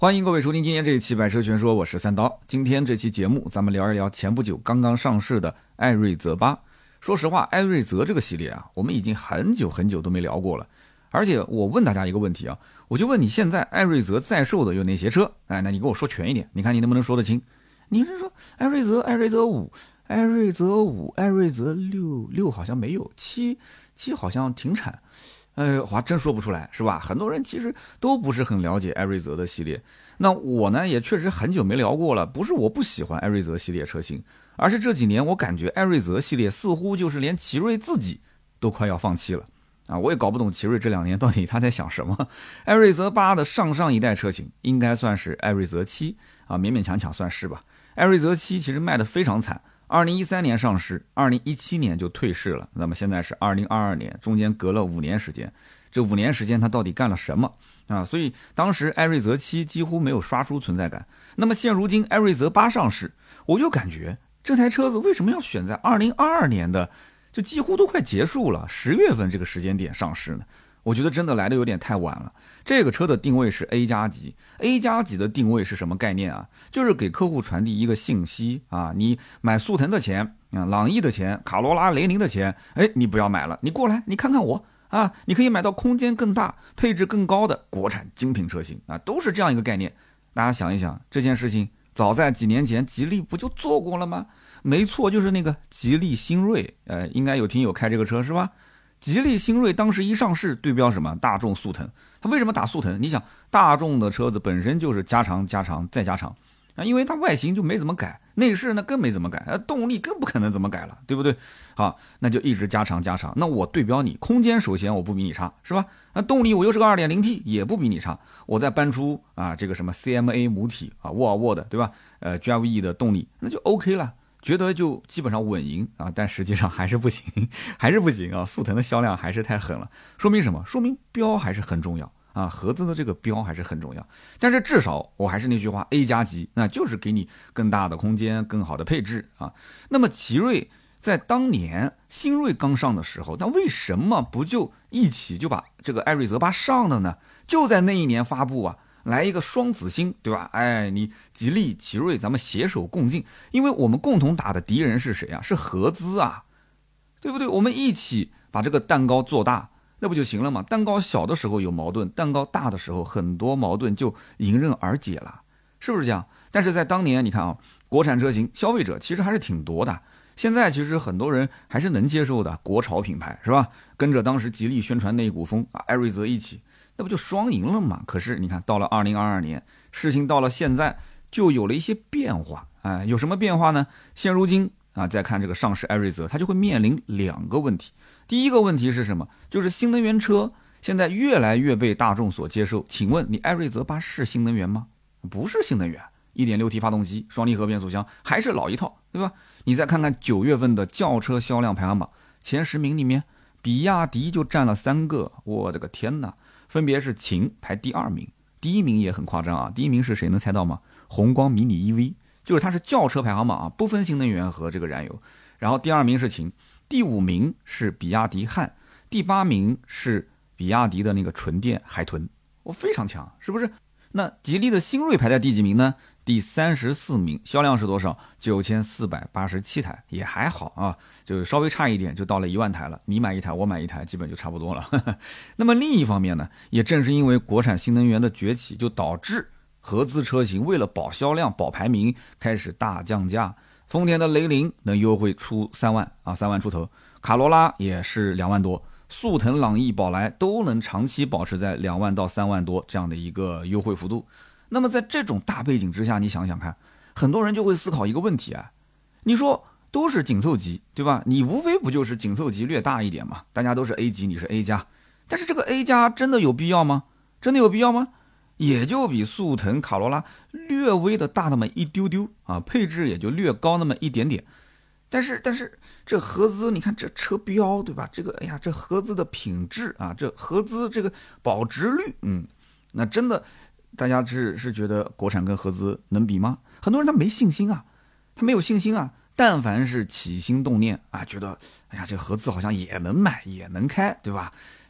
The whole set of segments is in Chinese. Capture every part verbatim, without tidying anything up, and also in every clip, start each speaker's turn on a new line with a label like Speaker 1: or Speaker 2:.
Speaker 1: 欢迎各位收听今天这一期百车全说，我是三刀。今天这期节目咱们聊一聊前不久刚刚上市的艾瑞泽八。说实话，艾瑞泽这个系列啊，我们已经很久很久都没聊过了。而且我问大家一个问题啊，我就问你现在艾瑞泽在售的有哪些车？哎，那你给我说全一点，你看你能不能说得清？你是说艾瑞泽、艾瑞泽五、艾瑞泽五、艾瑞泽六六好像没有，七七好像停产。哎，我还真说不出来，是吧？很多人其实都不是很了解艾瑞泽的系列。那我呢，也确实很久没聊过了。不是我不喜欢艾瑞泽系列车型，而是这几年我感觉艾瑞泽系列似乎就是连奇瑞自己都快要放弃了啊！我也搞不懂奇瑞这两年到底他在想什么。艾瑞泽八的上上一代车型应该算是艾瑞泽七啊，勉勉强强算是吧。艾瑞泽七其实卖得非常惨。二零一三年上市，二零一七年就退市了。那么现在是二零二二年，中间隔了五年时间。这五年时间，它到底干了什么啊？所以当时艾瑞泽七几乎没有刷出存在感。那么现如今艾瑞泽八上市，我就感觉这台车子为什么要选在二零二二年的，就几乎都快结束了十月份这个时间点上市呢？我觉得真的来的有点太晚了。这个车的定位是 A 加级 ，A 加级的定位是什么概念啊？就是给客户传递一个信息啊，你买速腾的钱啊，朗逸的钱，卡罗拉、雷凌的钱，哎，你不要买了，你过来，你看看我啊，你可以买到空间更大、配置更高的国产精品车型啊，都是这样一个概念。大家想一想，这件事情早在几年前吉利不就做过了吗？没错，就是那个吉利星瑞，呃，应该有听友开这个车是吧？吉利星瑞当时一上市，对标什么？大众速腾。它为什么打速腾？你想，大众的车子本身就是加长、加长再加长啊，因为它外形就没怎么改，内饰呢更没怎么改，啊，动力更不可能怎么改了，对不对？好，那就一直加长加长。那我对标你，空间首先我不比你差，是吧？那动力我又是个 二点零 T， 也不比你差。我再搬出啊这个什么 C M A 母体啊，沃尔沃的，对吧？呃 Drive E 的动力，那就 OK 了。觉得就基本上稳赢啊，但实际上还是不行，还是不行啊！速腾的销量还是太狠了，说明什么？说明标还是很重要啊，合资的这个标还是很重要。但是至少我还是那句话 ，A 加级，那就是给你更大的空间、更好的配置啊。那么奇瑞在当年新锐刚上的时候，但为什么不就一起就把这个艾瑞泽八上了呢？就在那一年发布啊。来一个双子星，对吧？哎，你吉利、奇瑞，咱们携手共进，因为我们共同打的敌人是谁啊？是合资啊，对不对？我们一起把这个蛋糕做大，那不就行了吗？蛋糕小的时候有矛盾，蛋糕大的时候很多矛盾就迎刃而解了，是不是这样？但是在当年，你看啊，国产车型消费者其实还是挺多的。现在其实很多人还是能接受的，国潮品牌是吧？跟着当时吉利宣传那一股风啊，艾瑞泽一起。那不就双赢了嘛？可是你看到了二零二二年，事情到了现在就有了一些变化。哎，有什么变化呢？现如今啊，再看这个上市艾瑞泽，它就会面临两个问题。第一个问题是什么？就是新能源车现在越来越被大众所接受。请问你艾瑞泽八是新能源吗？不是新能源， 一点六 T 发动机，双离合变速箱，还是老一套，对吧？你再看看九月份的轿车销量排行榜前十名里面，比亚迪就占了三个，我的个天哪！分别是秦排第二名，第一名也很夸张啊！第一名是谁能猜到吗？宏光迷你 E V， 就是它是轿车排行榜啊，不分新能源和这个燃油。然后第二名是秦，第五名是比亚迪汉，第八名是比亚迪的那个纯电海豚，我非常强，是不是？那吉利的星瑞排在第几名呢？第三十四名，销量是多少？九千四百八十七台，也还好啊，就稍微差一点就到了一万台了。你买一台，我买一台，基本就差不多了。那么另一方面呢，也正是因为国产新能源的崛起，就导致合资车型为了保销量、保排名，开始大降价。丰田的雷凌能优惠出三万啊，三万出头，卡罗拉也是两万多。速腾、朗逸、宝来都能长期保持在两万到三万多这样的一个优惠幅度。那么在这种大背景之下，你想想看，很多人就会思考一个问题啊，你说都是紧凑级，对吧？你无非不就是紧凑级略大一点嘛，大家都是 A 级，你是 A 加，但是这个 A 加真的有必要吗？真的有必要吗？也就比速腾、卡罗拉略微的大那么一丢丢啊，配置也就略高那么一点点。但是但是这合资，你看这车标，对吧？这个哎呀，这合资的品质啊，这合资这个保值率，嗯，那真的。大家是是觉得国产跟合资能比吗？很多人他没信心啊，他没有信心啊。但凡是起心动念啊，觉得哎呀这合资好像也能买也能开，对吧？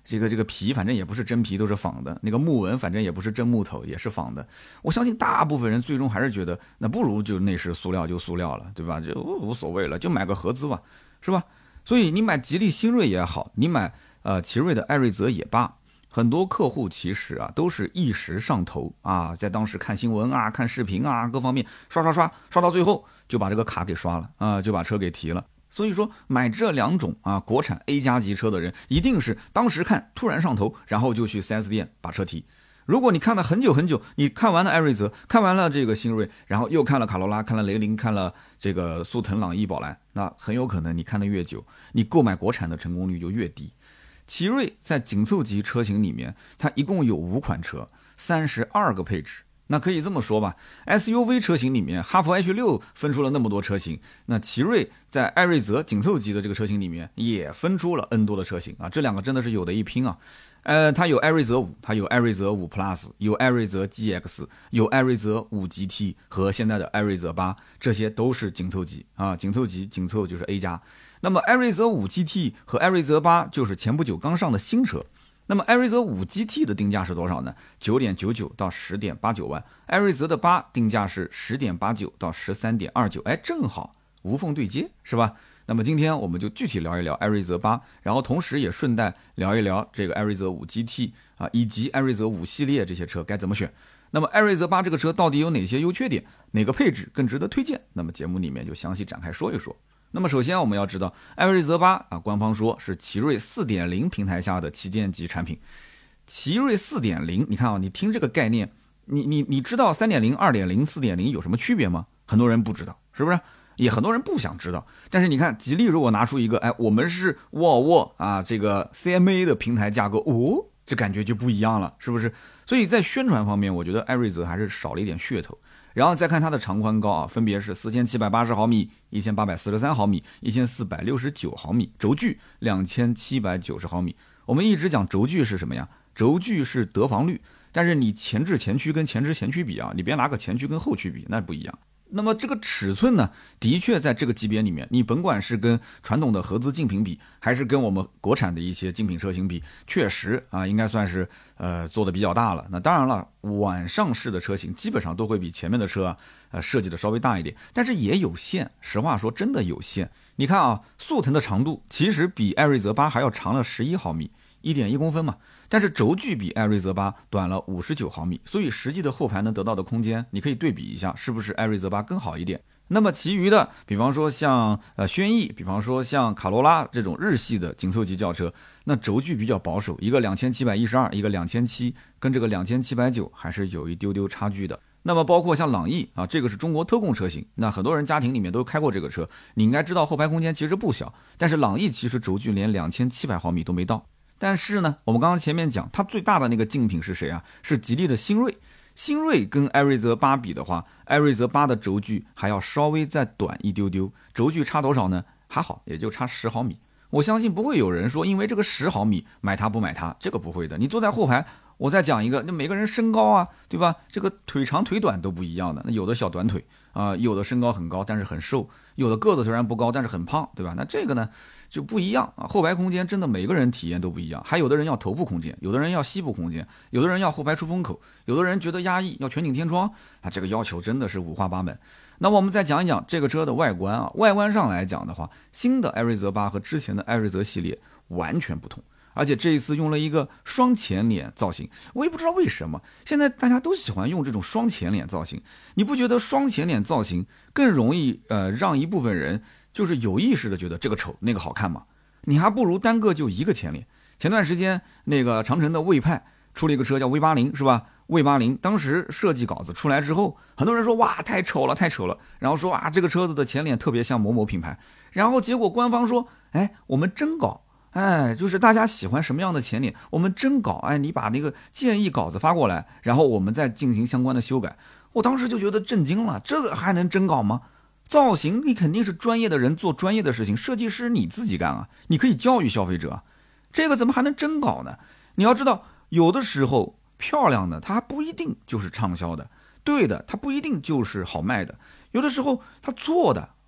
Speaker 1: 这个这个皮反正也不是真皮，都是仿的，那个木纹反正也不是真木头，也是仿的。我相信大部分人最终还是觉得，那不如就内饰塑料就塑料了，对吧？就无所谓了，就买个合资吧，是吧？所以你买吉利新锐也好，你买呃奇瑞的艾瑞泽也罢，很多客户其实啊都是一时上头啊，在当时看新闻啊、看视频啊，各方面刷刷刷刷到最后就把这个卡给刷了啊，就把车给提了。所以说买这两种啊国产 A 加级车的人，一定是当时看突然上头，然后就去 四 S 店把车提。如果你看了很久很久，你看完了艾瑞泽，看完了这个新锐，然后又看了卡罗拉，看了雷凌，看了这个速腾、朗逸、宝来，那很有可能你看的越久，你购买国产的成功率就越低。奇瑞在紧凑级车型里面，它一共有五款车，三十二个配置。那可以这么说吧 ，S U V 车型里面，哈弗 H 六 分出了那么多车型，那奇瑞在艾瑞泽紧凑级的这个车型里面也分出了 N 多的车型啊，这两个真的是有的一拼啊。呃，它有艾瑞泽五，它有艾瑞泽五 Plus， 有艾瑞泽 G X， 有艾瑞泽五 G T 和现在的艾瑞泽八，这些都是紧凑级啊，紧凑级紧凑就是 A 加。那么艾瑞泽五 G T 和艾瑞泽八就是前不久刚上的新车。那么艾瑞泽五 G T 的定价是多少呢？ 九点九九 到 十点八九万。艾瑞泽的八定价是 十点八九 到 十三点二九， 哎，正好无缝对接，是吧？那么今天我们就具体聊一聊艾瑞泽八，然后同时也顺带聊一聊这个艾瑞泽五 G T 啊，以及艾瑞泽五系列这些车该怎么选。那么艾瑞泽八这个车到底有哪些优缺点，哪个配置更值得推荐？那么节目里面就详细展开说一说。那么首先我们要知道，艾瑞泽八啊，官方说是奇瑞 四点零 平台下的旗舰级产品。奇瑞 四点零， 你看啊，你听这个概念，你你你知道 三点零、二点零、四点零 有什么区别吗？很多人不知道，是不是？也很多人不想知道。但是你看吉利如果拿出一个，哎，我们是沃尔沃啊，这个 C M A 的平台架构，哦，这感觉就不一样了，是不是？所以在宣传方面，我觉得艾瑞泽还是少了一点噱头。然后再看它的长宽高啊，分别是四千七百八十毫米、一千八百四十三毫米、一千四百六十九毫米，轴距两千七百九十毫米。我们一直讲轴距是什么呀？轴距是得房率，但是你前置前驱跟前置前驱比啊，你别拿个前驱跟后驱比，那不一样。那么这个尺寸呢，的确在这个级别里面，你甭管是跟传统的合资竞品比，还是跟我们国产的一些竞品车型比，确实啊，应该算是呃做的比较大了。那当然了，晚上市的车型基本上都会比前面的车啊，呃设计的稍微大一点，但是也有限。实话说，真的有限。你看啊，速腾的长度其实比艾瑞泽八还要长了十一毫米。一点一公分嘛，但是轴距比艾瑞泽八短了五十九毫米，所以实际的后排能得到的空间，你可以对比一下，是不是艾瑞泽八更好一点？那么其余的，比方说像呃轩逸，比方说像卡罗拉这种日系的紧凑级轿车，那轴距比较保守，一个两千七百一十二，一个两千七，跟这个两千七百九还是有一丢丢差距的。那么包括像朗逸啊，这个是中国特供车型，那很多人家庭里面都开过这个车，你应该知道后排空间其实不小，但是朗逸其实轴距连两千七百毫米都没到。但是呢，我们刚刚前面讲，它最大的那个竞品是谁啊？是吉利的新锐。新锐跟艾瑞泽八比的话，艾瑞泽八的轴距还要稍微再短一丢丢，轴距差多少呢？还好，也就差十毫米。我相信不会有人说因为这个十毫米买它不买它，这个不会的。你坐在后排，我再讲一个，那每个人身高啊，对吧？这个腿长腿短都不一样的。那有的小短腿啊、呃，有的身高很高但是很瘦，有的个子虽然不高但是很胖，对吧？那这个呢？就不一样啊，后排空间真的每个人体验都不一样，还有的人要头部空间，有的人要膝部空间，有的人要后排出风口，有的人觉得压抑要全景天窗啊，这个要求真的是五花八门。那么我们再讲一讲这个车的外观啊，外观上来讲的话，新的艾瑞泽八和之前的艾瑞泽系列完全不同，而且这一次用了一个双前脸造型，我也不知道为什么现在大家都喜欢用这种双前脸造型，你不觉得双前脸造型更容易呃让一部分人就是有意识的觉得这个丑那个好看嘛？你还不如单个就一个前脸。前段时间那个长城的魏派出了一个车叫 V 八十 是吧？ V 八十 当时设计稿子出来之后，很多人说哇太丑了太丑了，然后说啊这个车子的前脸特别像某某品牌，然后结果官方说哎我们真搞，哎就是大家喜欢什么样的前脸我们真搞，哎你把那个建议稿子发过来，然后我们再进行相关的修改。我当时就觉得震惊了，这个还能真搞吗？造型你肯定是专业的人做专业的事情，设计师你自己干啊，你可以教育消费者啊，这个怎么还能真搞呢？你要知道有的时候漂亮的它不一定就是畅销的，对的它不一定就是好卖的，有的时候它错的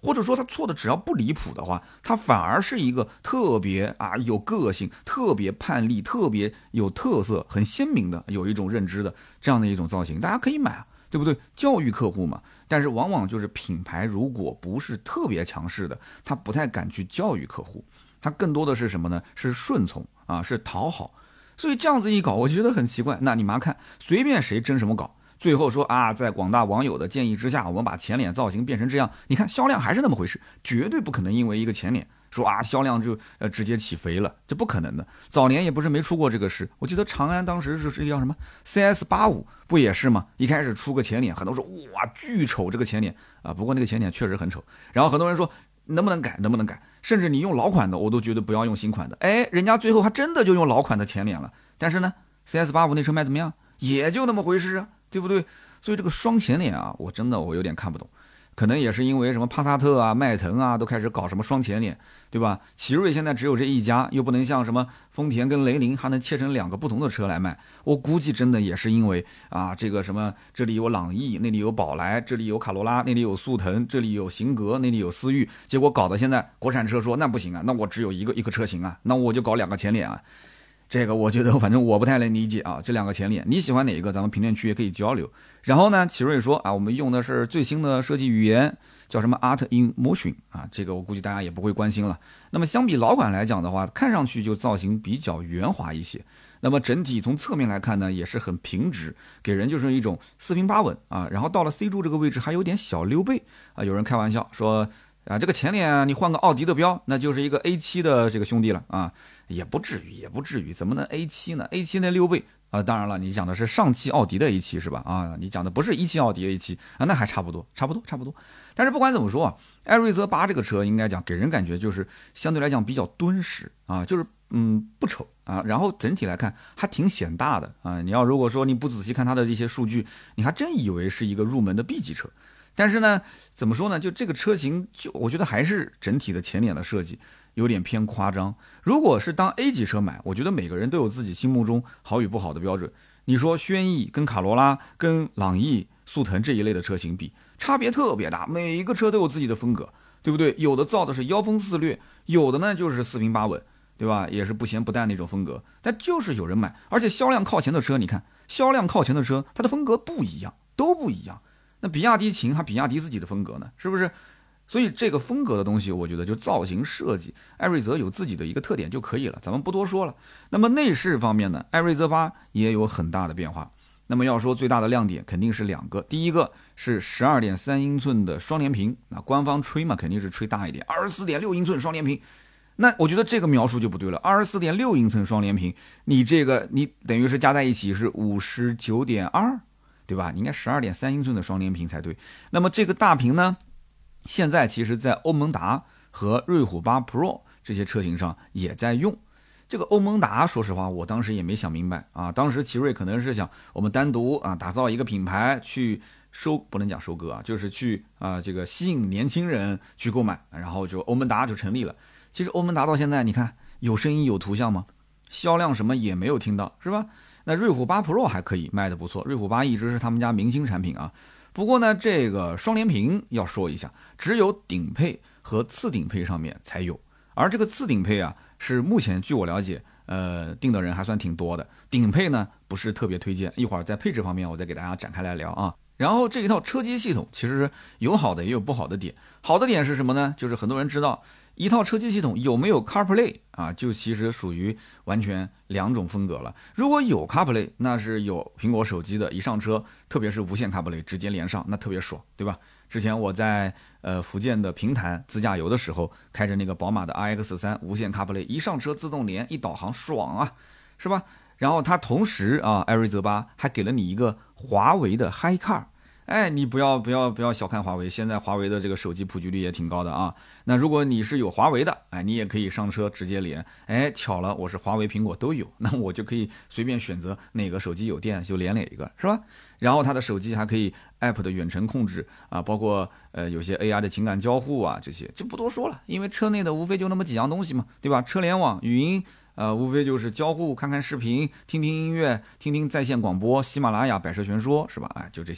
Speaker 1: 或者说他错的只要不离谱的话，他反而是一个特别啊有个性、特别叛逆、特别有特色、很鲜明的有一种认知的这样的一种造型，大家可以买啊，对不对？教育客户嘛。但是往往就是品牌如果不是特别强势的，他不太敢去教育客户，他更多的是什么呢？是顺从啊，是讨好。所以这样子一搞，我觉得很奇怪。那你妈看，随便谁争什么搞，最后说啊，在广大网友的建议之下，我们把前脸造型变成这样，你看销量还是那么回事，绝对不可能因为一个前脸说啊销量就呃直接起飞了，这不可能的。早年也不是没出过这个事，我记得长安当时是是叫什么 C S 八五 不也是吗？一开始出个前脸，很多人说哇巨丑这个前脸啊，不过那个前脸确实很丑，然后很多人说能不能改能不能改，甚至你用老款的我都觉得不要用新款的，哎，人家最后还真的就用老款的前脸了，但是呢 C S 八五 那车卖怎么样？也就那么回事啊，对不对？所以这个双前脸啊，我真的我有点看不懂，可能也是因为什么帕萨特啊、迈腾啊都开始搞什么双前脸，对吧？奇瑞现在只有这一家，又不能像什么丰田跟雷凌还能切成两个不同的车来卖。我估计真的也是因为啊，这个什么这里有朗逸，那里有宝来，这里有卡罗拉，那里有速腾，这里有型格，那里有思域，结果搞得现在国产车说那不行啊，那我只有一个一个车型啊，那我就搞两个前脸啊。这个我觉得反正我不太能理解啊，这两个前脸你喜欢哪一个，咱们评论区也可以交流。然后呢，奇瑞说啊，我们用的是最新的设计语言，叫什么 Art in Motion 啊，这个我估计大家也不会关心了。那么相比老款来讲的话，看上去就造型比较圆滑一些。那么整体从侧面来看呢，也是很平直，给人就是一种四平八稳啊。然后到了 C 柱这个位置还有点小溜背啊，有人开玩笑说啊，这个前脸啊，你换个奥迪的标，那就是一个 A 七 的这个兄弟了啊。也不至于，也不至于，怎么能 A 七 呢 ？A 七 那溜背啊，当然了，你讲的是上汽奥迪的 A 七 是吧？啊，你讲的不是一汽奥迪 A 七 啊，那还差不多，差不多，差不多。但是不管怎么说啊，艾瑞泽八这个车应该讲给人感觉就是相对来讲比较敦实啊，就是嗯不丑啊，然后整体来看还挺显大的啊。你要如果说你不仔细看它的一些数据，你还真以为是一个入门的 B 级车。但是呢，怎么说呢？就这个车型，就我觉得还是整体的前脸的设计有点偏夸张。如果是当 A 级车买，我觉得每个人都有自己心目中好与不好的标准。你说轩逸跟卡罗拉、跟朗逸、速腾这一类的车型比，差别特别大，每一个车都有自己的风格，对不对？有的造的是妖风肆虐，有的呢就是四平八稳，对吧？也是不咸不淡那种风格，但就是有人买，而且销量靠前的车，你看销量靠前的车，它的风格不一样，都不一样。那比亚迪秦还比亚迪自己的风格呢，是不是？所以这个风格的东西，我觉得就造型设计，艾瑞泽有自己的一个特点就可以了，咱们不多说了。那么内饰方面呢，艾瑞泽八也有很大的变化。那么要说最大的亮点，肯定是两个，第一个是 十二点三英寸的双联屏，那官方吹嘛，肯定是吹大一点 ，二十四点六英寸双联屏。那我觉得这个描述就不对了 ,二十四点六英寸双联屏，你这个你等于是加在一起是 五十九点二。对吧？你应该 十二点三英寸的双联屏才对。那么这个大屏呢，现在其实在欧盟达和瑞虎八 Pro 这些车型上也在用。这个欧盟达，说实话，我当时也没想明白啊。当时奇瑞可能是想我们单独啊打造一个品牌去收，不能讲收割啊，就是去啊这个吸引年轻人去购买，然后就欧盟达就成立了。其实欧盟达到现在，你看有声音有图像吗？销量什么也没有听到，是吧？那瑞虎八 Pro 还可以卖得不错，瑞虎八一直是他们家明星产品啊。不过呢，这个双联屏要说一下，只有顶配和次顶配上面才有，而这个次顶配啊，是目前据我了解，呃，定的人还算挺多的。顶配呢不是特别推荐，一会儿在配置方面我再给大家展开来聊啊。然后这一套车机系统其实有好的也有不好的点，好的点是什么呢？就是很多人知道。一套车机系统有没有 CarPlay 啊，就其实属于完全两种风格了。如果有 CarPlay， 那是有苹果手机的，一上车，特别是无线 CarPlay 直接连上，那特别爽，对吧？之前我在呃福建的平潭自驾游的时候，开着那个宝马的 R X 三 无线 CarPlay， 一上车自动连，一导航爽啊，是吧？然后它同时啊，艾瑞泽八还给了你一个华为的 HiCar。哎，你不要不要不要小看华为，现在华为的这个手机普及率也挺高的啊。那如果你是有华为的，哎，你也可以上车直接连。哎，巧了，我是华为、苹果都有，那我就可以随便选择哪个手机有电就连哪一个，是吧？然后它的手机还可以 App 的远程控制啊，包括呃有些 A I 的情感交互啊，这些就不多说了，因为车内的无非就那么几样东西嘛，对吧？车联网、语音。呃，无非就是交互、看看视频、听听音乐、听听在线广播、喜马拉雅、百车全说，是吧？哎，就这些嘛。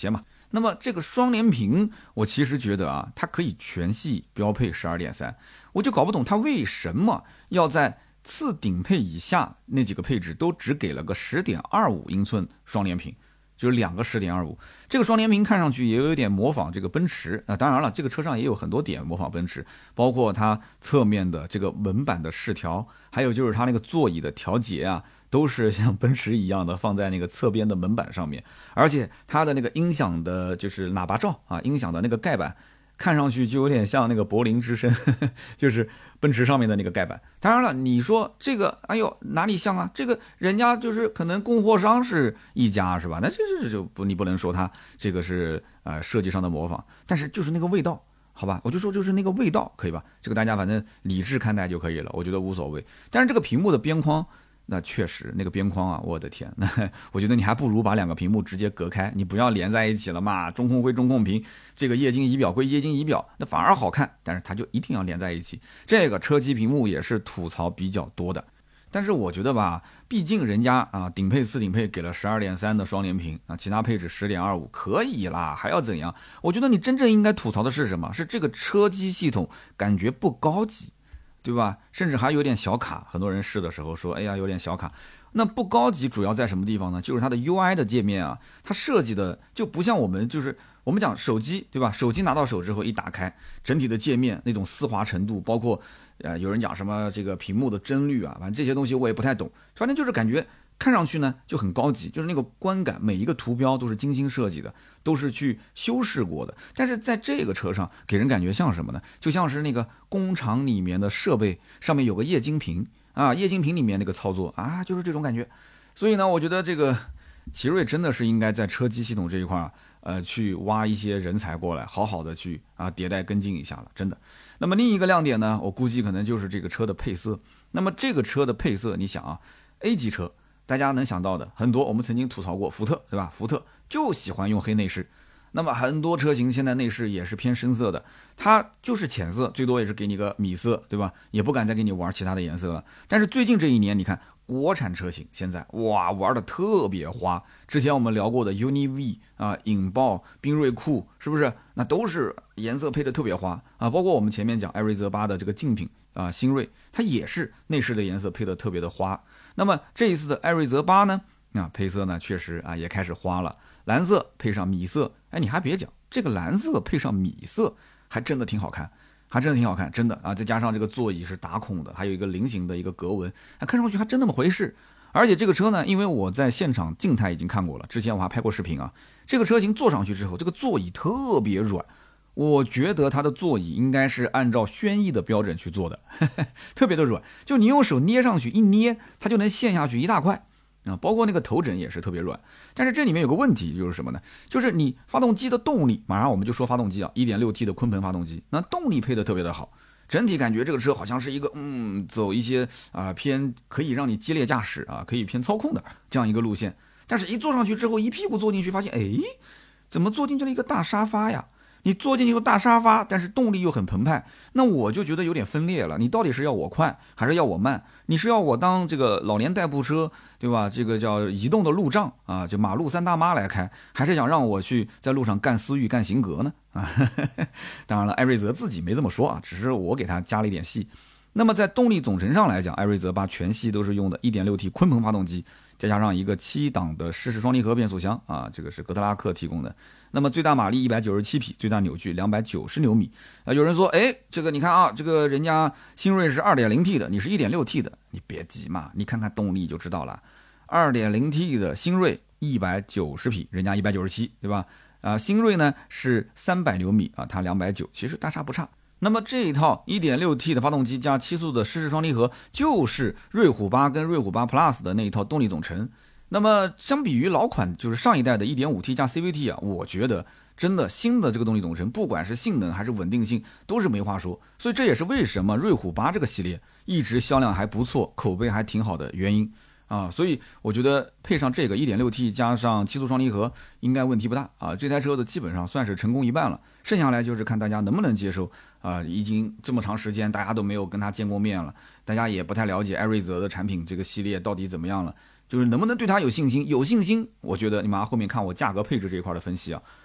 Speaker 1: 那么这个双联屏，我其实觉得啊，它可以全系标配 十二点三， 我就搞不懂它为什么要在次顶配以下那几个配置都只给了个 十点二五英寸双联屏，就是两个 十点二五， 这个双联屏看上去也有点模仿这个奔驰啊，当然了，这个车上也有很多点模仿奔驰，包括它侧面的这个门板的饰条，还有就是它那个座椅的调节啊，都是像奔驰一样的放在那个侧边的门板上面，而且它的那个音响的就是喇叭罩啊，音响的那个盖板看上去就有点像那个柏林之声，呵呵，就是奔驰上面的那个盖板。当然了，你说这个，哎呦，哪里像啊？这个人家就是可能供货商是一家，是吧？那这这就不，你不能说它这个是呃设计上的模仿，但是就是那个味道，好吧？我就说就是那个味道，可以吧？这个大家反正理智看待就可以了，我觉得无所谓。但是这个屏幕的边框，那确实那个边框啊，我的天，那我觉得你还不如把两个屏幕直接隔开，你不要连在一起了嘛。中控归中控屏，这个液晶仪表归液晶仪表，那反而好看，但是它就一定要连在一起。这个车机屏幕也是吐槽比较多的，但是我觉得吧，毕竟人家啊顶配次顶配给了 十二点三 的双联屏啊，其他配置 十点二五 可以啦，还要怎样？我觉得你真正应该吐槽的是什么？是这个车机系统感觉不高级，对吧？甚至还有点小卡，很多人试的时候说，哎呀，有点小卡。那不高级主要在什么地方呢？就是它的 U I 的界面啊，它设计的就不像我们，就是我们讲手机，对吧？手机拿到手之后一打开，整体的界面那种丝滑程度，包括呃有人讲什么这个屏幕的帧率啊，反正这些东西我也不太懂，反正就是感觉看上去呢就很高级，就是那个观感，每一个图标都是精心设计的，都是去修饰过的。但是在这个车上给人感觉像什么呢？就像是那个工厂里面的设备上面有个液晶屏啊，液晶屏里面那个操作啊，就是这种感觉。所以呢，我觉得这个奇瑞真的是应该在车机系统这一块呃，去挖一些人才过来，好好的去啊迭代跟进一下了，真的。那么另一个亮点呢，我估计可能就是这个车的配色。那么这个车的配色，你想啊 ，A 级车大家能想到的很多，我们曾经吐槽过福特，对吧？福特就喜欢用黑内饰。那么很多车型现在内饰也是偏深色的，它就是浅色，最多也是给你个米色，对吧？也不敢再给你玩其他的颜色了。但是最近这一年，你看国产车型现在哇玩的特别花。之前我们聊过的 U N I V 啊、引爆、缤瑞酷，是不是？那都是颜色配的特别花啊。包括我们前面讲艾瑞泽八的这个竞品啊，新锐，它也是内饰的颜色配的特别的花。那么这一次的艾瑞泽八呢，啊配色呢确实啊也开始花了。蓝色配上米色，哎，你还别讲，这个蓝色配上米色还真的挺好看，还真的挺好看，真的啊！再加上这个座椅是打孔的，还有一个菱形的一个格纹，哎，看上去还真那么回事。而且这个车呢，因为我在现场静态已经看过了，之前我还拍过视频啊。这个车型坐上去之后，这个座椅特别软，我觉得它的座椅应该是按照轩逸的标准去做的，呵呵，特别的软，就你用手捏上去一捏，它就能陷下去一大块。啊，包括那个头枕也是特别软，但是这里面有个问题就是什么呢？就是你发动机的动力，马上我们就说发动机啊 ，一点六 T 的鲲鹏发动机，那动力配的特别的好，整体感觉这个车好像是一个嗯，走一些啊、呃、偏可以让你激烈驾驶啊，可以偏操控的这样一个路线。但是一坐上去之后，一屁股坐进去，发现哎，怎么坐进去了一个大沙发呀？你坐进去有大沙发，但是动力又很澎湃，那我就觉得有点分裂了。你到底是要我快，还是要我慢？你是要我当这个老年代步车，对吧？这个叫移动的路障啊，就马路三大妈来开，还是想让我去在路上干思域、干型格呢？啊，当然了，艾瑞泽自己没这么说啊，只是我给他加了一点戏。那么在动力总成上来讲，艾瑞泽八全系都是用的 一点六 T 鲲鹏发动机，再加上一个七档的湿式双离合变速箱啊，这个是哥特拉克提供的。那么最大马力一百九十七匹，最大扭矩两百九十牛米。啊，有人说，哎，这个你看啊，这个人家新锐是 二点零 T 的，你是 一点六 T 的，你别急嘛，你看看动力就知道了。二点零 T 的新锐一百九十匹，人家一百九十七，对吧？啊，新锐呢是三百牛米啊，它两百九十，其实大差不差。那么这一套 一点六 T 的发动机加七速的湿式双离合，就是瑞虎八跟瑞虎八 Plus 的那一套动力总成。那么相比于老款，就是上一代的 一点五 T 加 C V T 啊，我觉得真的新的这个动力总成，不管是性能还是稳定性，都是没话说。所以这也是为什么瑞虎八这个系列一直销量还不错，口碑还挺好的原因啊。所以我觉得配上这个 一点六 T 加上七速双离合，应该问题不大啊。这台车子基本上算是成功一半了，剩下来就是看大家能不能接受啊。已经这么长时间，大家都没有跟他见过面了，大家也不太了解艾瑞泽的产品这个系列到底怎么样了。就是能不能对它有信心？有信心，我觉得你马上后面看我价格配置这一块的分析啊，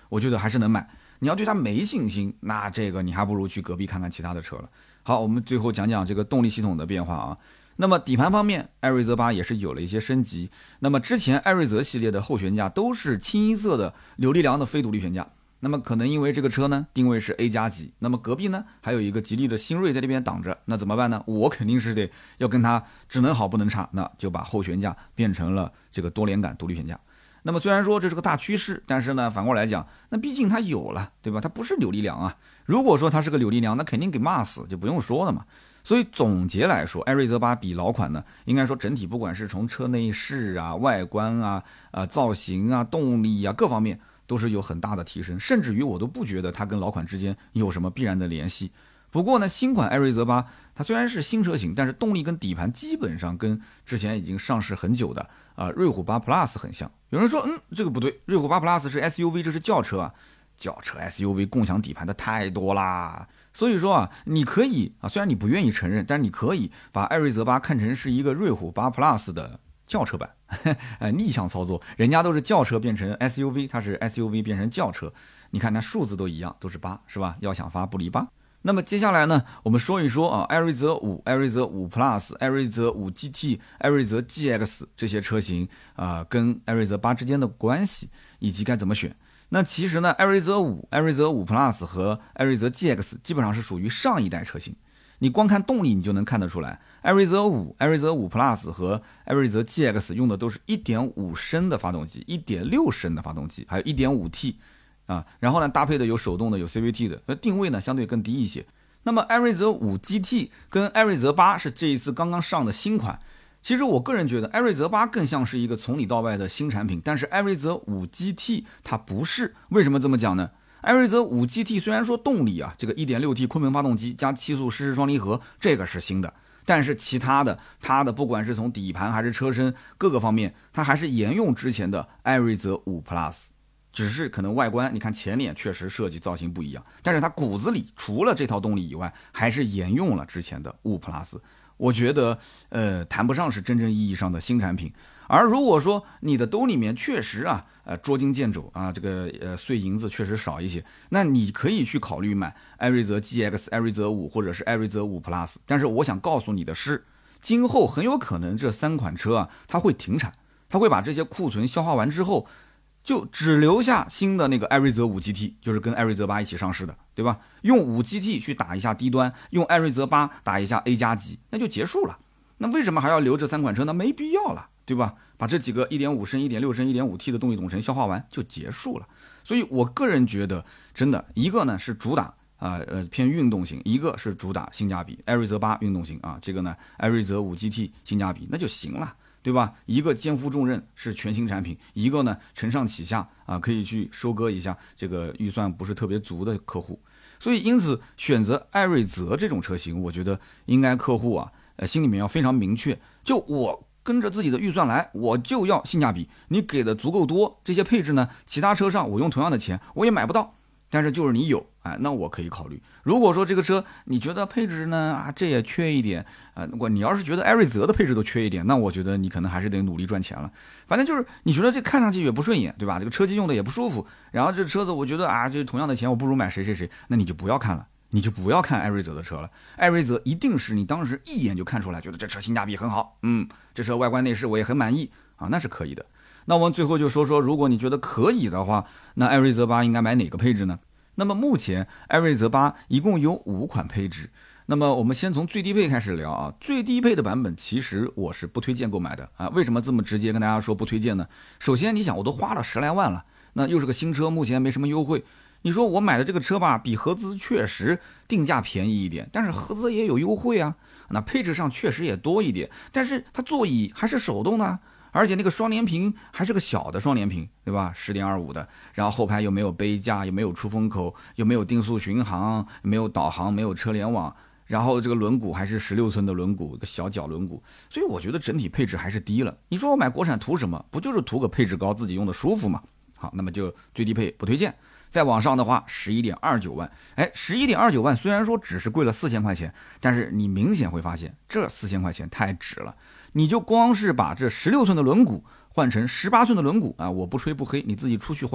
Speaker 1: 我觉得还是能买。你要对它没信心，那这个你还不如去隔壁看看其他的车了。好，我们最后讲讲这个动力系统的变化啊。那么底盘方面，艾瑞泽八也是有了一些升级。那么之前艾瑞泽系列的后悬架都是清一色的扭力梁的非独立悬架，那么可能因为这个车呢定位是 A 加级，那么隔壁呢还有一个吉利的新锐在这边挡着，那怎么办呢？我肯定是得要跟它只能好不能差，那就把后悬架变成了这个多连杆独立悬架。那么虽然说这是个大趋势，但是呢反过来讲，那毕竟它有了，对吧？它不是扭力梁啊。如果说它是个扭力梁，那肯定给骂死，就不用说了嘛。所以总结来说，艾瑞泽八比老款呢，应该说整体不管是从车内饰啊、外观啊、呃造型啊、动力啊各方面都是有很大的提升，甚至于我都不觉得它跟老款之间有什么必然的联系。不过呢，新款艾瑞泽八它虽然是新车型，但是动力跟底盘基本上跟之前已经上市很久的啊、呃、瑞虎八 Plus 很像。有人说，嗯，这个不对，瑞虎八 Plus 是 S U V， 这是轿车啊，轿车 S U V 共享底盘的太多啦。所以说啊，你可以啊，虽然你不愿意承认，但是你可以把艾瑞泽八看成是一个瑞虎八 Plus 的轿车版，呃，逆向操作，人家都是轿车变成 S U V， 它是 S U V 变成轿车，你看那数字都一样，都是八，是吧？要想发不离八。那么接下来呢，我们说一说啊，艾瑞泽五、艾瑞泽五 Plus、艾瑞泽五 G T、艾瑞泽 G X 这些车型啊、呃，跟艾瑞泽八之间的关系，以及该怎么选。那其实呢，艾瑞泽五、艾瑞泽五 Plus 和艾瑞泽 G X 基本上是属于上一代车型。你光看动力，你就能看得出来，艾瑞泽五、艾瑞泽五 Plus 和艾瑞泽 G X 用的都是 一点五 升的发动机、一点六 升的发动机，还有 一点五 T 啊。然后呢，搭配的有手动的，有 C V T 的，那定位呢相对更低一些。那么艾瑞泽五 G T 跟艾瑞泽八是这一次刚刚上的新款。其实我个人觉得艾瑞泽八更像是一个从里到外的新产品，但是艾瑞泽五 G T 它不是。为什么这么讲呢？艾瑞泽五 G T 虽然说动力啊，这个 一点六 T 昆仑发动机加七速湿式双离合，这个是新的，但是其他的它的不管是从底盘还是车身各个方面，它还是沿用之前的艾瑞泽五 Plus， 只是可能外观你看前脸确实设计造型不一样，但是它骨子里除了这套动力以外，还是沿用了之前的五 Plus。我觉得呃谈不上是真正意义上的新产品。而如果说你的兜里面确实啊呃捉襟见肘啊，这个呃碎银子确实少一些，那你可以去考虑买艾瑞泽 G X、艾瑞泽五或者是艾瑞泽五 Plus。但是我想告诉你的是，今后很有可能这三款车啊它会停产，它会把这些库存消化完之后，就只留下新的那个艾瑞泽五 G T， 就是跟艾瑞泽八一起上市的，对吧？用五 G T 去打一下低端，用艾瑞泽八打一下 A 加级，那就结束了。那为什么还要留这三款车呢？没必要了，对吧？把这几个 一点五 升、一点六 升、一点五 T 的动力总成消化完就结束了。所以我个人觉得，真的一个呢是主打啊 呃, 呃偏运动型，一个是主打性价比，艾瑞泽八运动型啊，这个呢艾瑞泽五 G T 性价比那就行了。对吧？一个肩负重任是全新产品，一个呢承上启下啊，可以去收割一下这个预算不是特别足的客户。所以因此选择艾瑞泽这种车型，我觉得应该客户啊，呃心里面要非常明确，就我跟着自己的预算来，我就要性价比，你给的足够多，这些配置呢，其他车上我用同样的钱我也买不到，但是就是你有，哎，那我可以考虑。如果说这个车你觉得配置呢啊这也缺一点啊，如果你要是觉得艾瑞泽的配置都缺一点，那我觉得你可能还是得努力赚钱了。反正就是你觉得这看上去也不顺眼，对吧？这个车机用的也不舒服，然后这车子我觉得啊，就同样的钱我不如买谁谁谁，那你就不要看了，你就不要看艾瑞泽的车了。艾瑞泽一定是你当时一眼就看出来，觉得这车性价比很好，嗯，这车外观内饰我也很满意啊，那是可以的。那我们最后就说说，如果你觉得可以的话，那艾瑞泽八应该买哪个配置呢？那么目前艾瑞泽八一共有五款配置，那么我们先从最低配开始聊啊。最低配的版本其实我是不推荐购买的啊。为什么这么直接跟大家说不推荐呢？首先你想，我都花了十来万了，那又是个新车，目前没什么优惠。你说我买的这个车吧，比合资确实定价便宜一点，但是合资也有优惠啊。那配置上确实也多一点，但是它座椅还是手动的，而且那个双联屏还是个小的双联屏，对吧？ 十点二五 的，然后后排又没有杯架，又没有出风口，又没有定速巡航，没有导航，没有车联网，然后这个轮毂还是十六寸的轮毂，一个小角轮毂，所以我觉得整体配置还是低了。你说我买国产图什么？不就是图个配置高，自己用的舒服吗？好，那么就最低配不推荐。再往上的话 十一点二九万，哎 十一点二九万虽然说只是贵了四千块钱，但是你明显会发现这四千块钱太值了。你就光是把这十六寸的轮毂换成十八寸的轮毂啊，我不吹不黑，你自己出去换，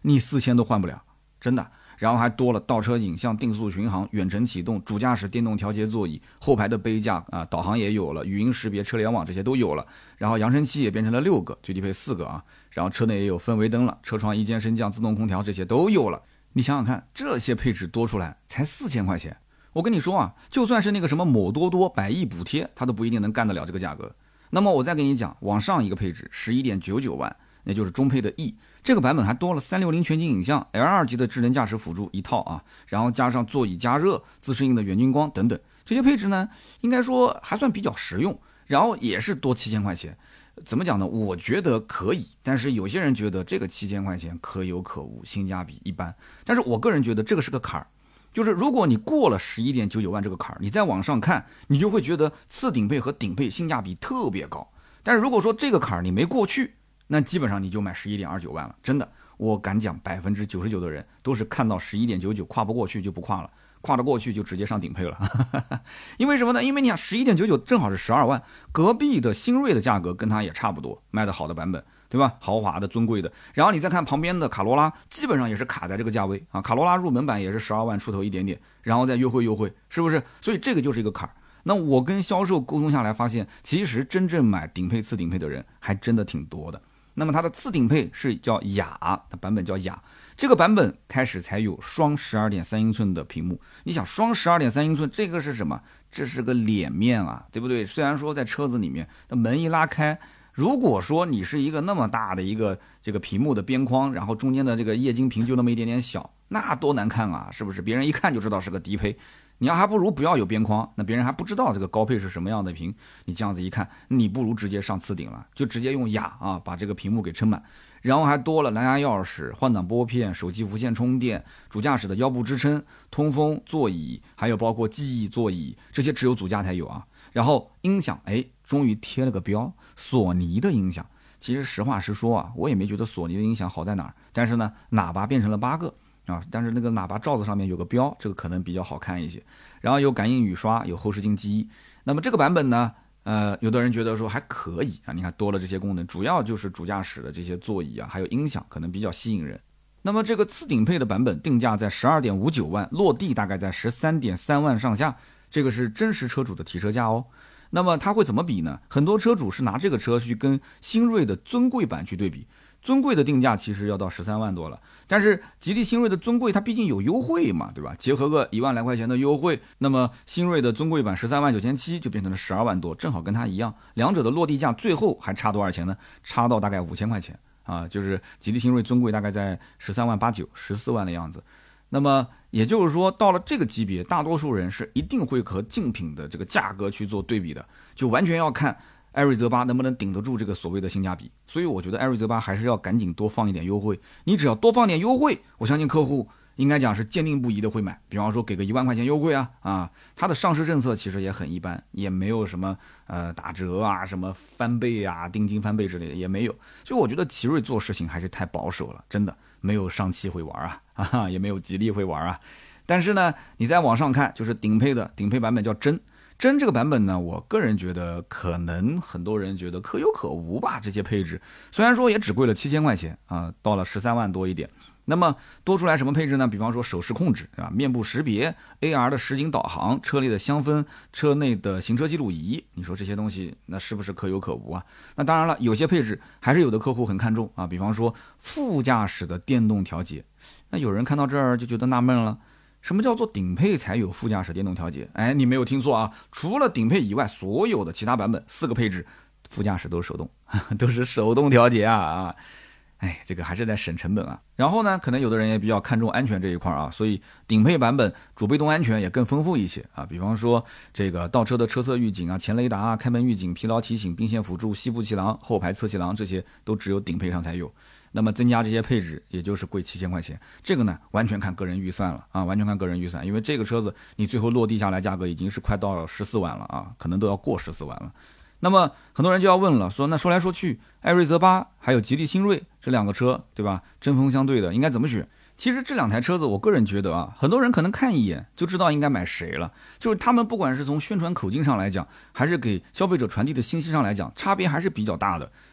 Speaker 1: 你四千都换不了，真的。然后还多了倒车影像、定速巡航、远程启动、主驾驶电动调节座椅、后排的杯架啊，导航也有了，语音识别、车联网这些都有了。然后扬声器也变成了六个，最低配四个啊。然后车内也有氛围灯了，车窗一键升降、自动空调这些都有了。你想想看，这些配置多出来才四千块钱。我跟你说啊，就算是那个什么某多多百亿补贴，它都不一定能干得了这个价格。那么我再给你讲，往上一个配置十一点九九万，那就是中配的 E， 这个版本还多了三六零全景影像、L 二 级的智能驾驶辅助一套啊，然后加上座椅加热、自适应的远近光等等，这些配置呢，应该说还算比较实用，然后也是多七千块钱。怎么讲呢？我觉得可以，但是有些人觉得这个七千块钱可有可无，性价比一般。但是我个人觉得这个是个坎儿。就是如果你过了十一点九九万这个坎儿，你再往上看，你就会觉得次顶配和顶配性价比特别高。但是如果说这个坎儿你没过去，那基本上你就买十一点二九万了。真的，我敢讲百分之九十九的人都是看到十一点九九跨不过去就不跨了，跨得过去就直接上顶配了。因为什么呢？因为你想十一点九九正好是十二万，隔壁的新锐的价格跟它也差不多，卖的好的版本。对吧？豪华的、尊贵的，然后你再看旁边的卡罗拉，基本上也是卡在这个价位啊。卡罗拉入门版也是十二万出头一点点，然后再优惠优惠，是不是？所以这个就是一个坎儿。那我跟销售沟通下来，发现其实真正买顶配、次顶配的人还真的挺多的。那么它的次顶配是叫雅，它版本叫雅，这个版本开始才有双十二点三英寸的屏幕。你想，双十二点三英寸，这个是什么？这是个脸面啊，对不对？虽然说在车子里面，那门一拉开。如果说你是一个那么大的一个这个屏幕的边框，然后中间的这个液晶屏就那么一点点小，那多难看啊，是不是？别人一看就知道是个低配，你要还不如不要有边框，那别人还不知道这个高配是什么样的屏，你这样子一看，你不如直接上次顶了，就直接用雅啊把这个屏幕给撑满，然后还多了蓝牙钥匙、换挡拨片、手机无线充电、主驾驶的腰部支撑、通风座椅，还有包括记忆座椅，这些只有主驾才有啊。然后音响，哎，终于贴了个标，索尼的音响。其实实话实说啊，我也没觉得索尼的音响好在哪儿。但是呢，喇叭变成了八个啊，但是那个喇叭罩子上面有个标，这个可能比较好看一些。然后有感应雨刷，有后视镜记忆。那么这个版本呢，呃，有的人觉得说还可以啊，你看多了这些功能，主要就是主驾驶的这些座椅啊，还有音响可能比较吸引人。那么这个次顶配的版本定价在十二点五九万，落地大概在十三点三万上下。这个是真实车主的提车价哦。那么它会怎么比呢？很多车主是拿这个车去跟新锐的尊贵版去对比，尊贵的定价其实要到十三万多了，但是吉利新锐的尊贵它毕竟有优惠嘛，对吧？结合个一万来块钱的优惠，那么新锐的尊贵版十三万九千七就变成了十二万多，正好跟它一样，两者的落地价最后还差多少钱呢？差到大概五千块钱啊，就是吉利新锐尊贵大概在十三万八九、十四万的样子。那么也就是说，到了这个级别，大多数人是一定会和竞品的这个价格去做对比的，就完全要看艾瑞泽八能不能顶得住这个所谓的性价比。所以我觉得艾瑞泽八还是要赶紧多放一点优惠，你只要多放点优惠，我相信客户应该讲是坚定不移的会买。比方说给个一万块钱优惠啊，啊，它的上市政策其实也很一般，也没有什么呃打折啊、什么翻倍啊、定金翻倍之类的也没有。所以我觉得奇瑞做事情还是太保守了，真的没有上汽会玩啊。啊，也没有吉利会玩啊，但是呢，你再往上看，就是顶配的顶配版本叫真真这个版本呢，我个人觉得可能很多人觉得可有可无吧。这些配置虽然说也只贵了七千块钱啊，到了十三万多一点。那么多出来什么配置呢？比方说手势控制啊、面部识别、A R 的实景导航、车内的香氛、车内的行车记录仪，你说这些东西那是不是可有可无啊？那当然了，有些配置还是有的客户很看重啊，比方说副驾驶的电动调节。那有人看到这儿就觉得纳闷了，什么叫做顶配才有副驾驶电动调节？哎，你没有听错啊，除了顶配以外，所有的其他版本四个配置副驾驶都是手动，都是手动调节啊啊！哎，这个还是在省成本啊。然后呢，可能有的人也比较看重安全这一块啊，所以顶配版本主被动安全也更丰富一些啊。比方说这个倒车的车侧预警啊、前雷达啊、开门预警、疲劳提醒、并线辅助、膝部气囊、后排侧气囊，这些都只有顶配上才有。那么增加这些配置，也就是贵七千块钱。这个呢，完全看个人预算了啊，完全看个人预算，因为这个车子你最后落地下来价格已经是快到十四万了啊，可能都要过十四万了。那么很多人就要问了，说那说来说去，艾瑞泽八还有吉利新锐这两个车，对吧？针锋相对的，应该怎么选？其实这两台车子，我个人觉得啊，很多人可能看一眼就知道应该买谁了。就是他们不管是从宣传口径上来讲，还是给消费者传递的信息上来讲，差别还是比较大的。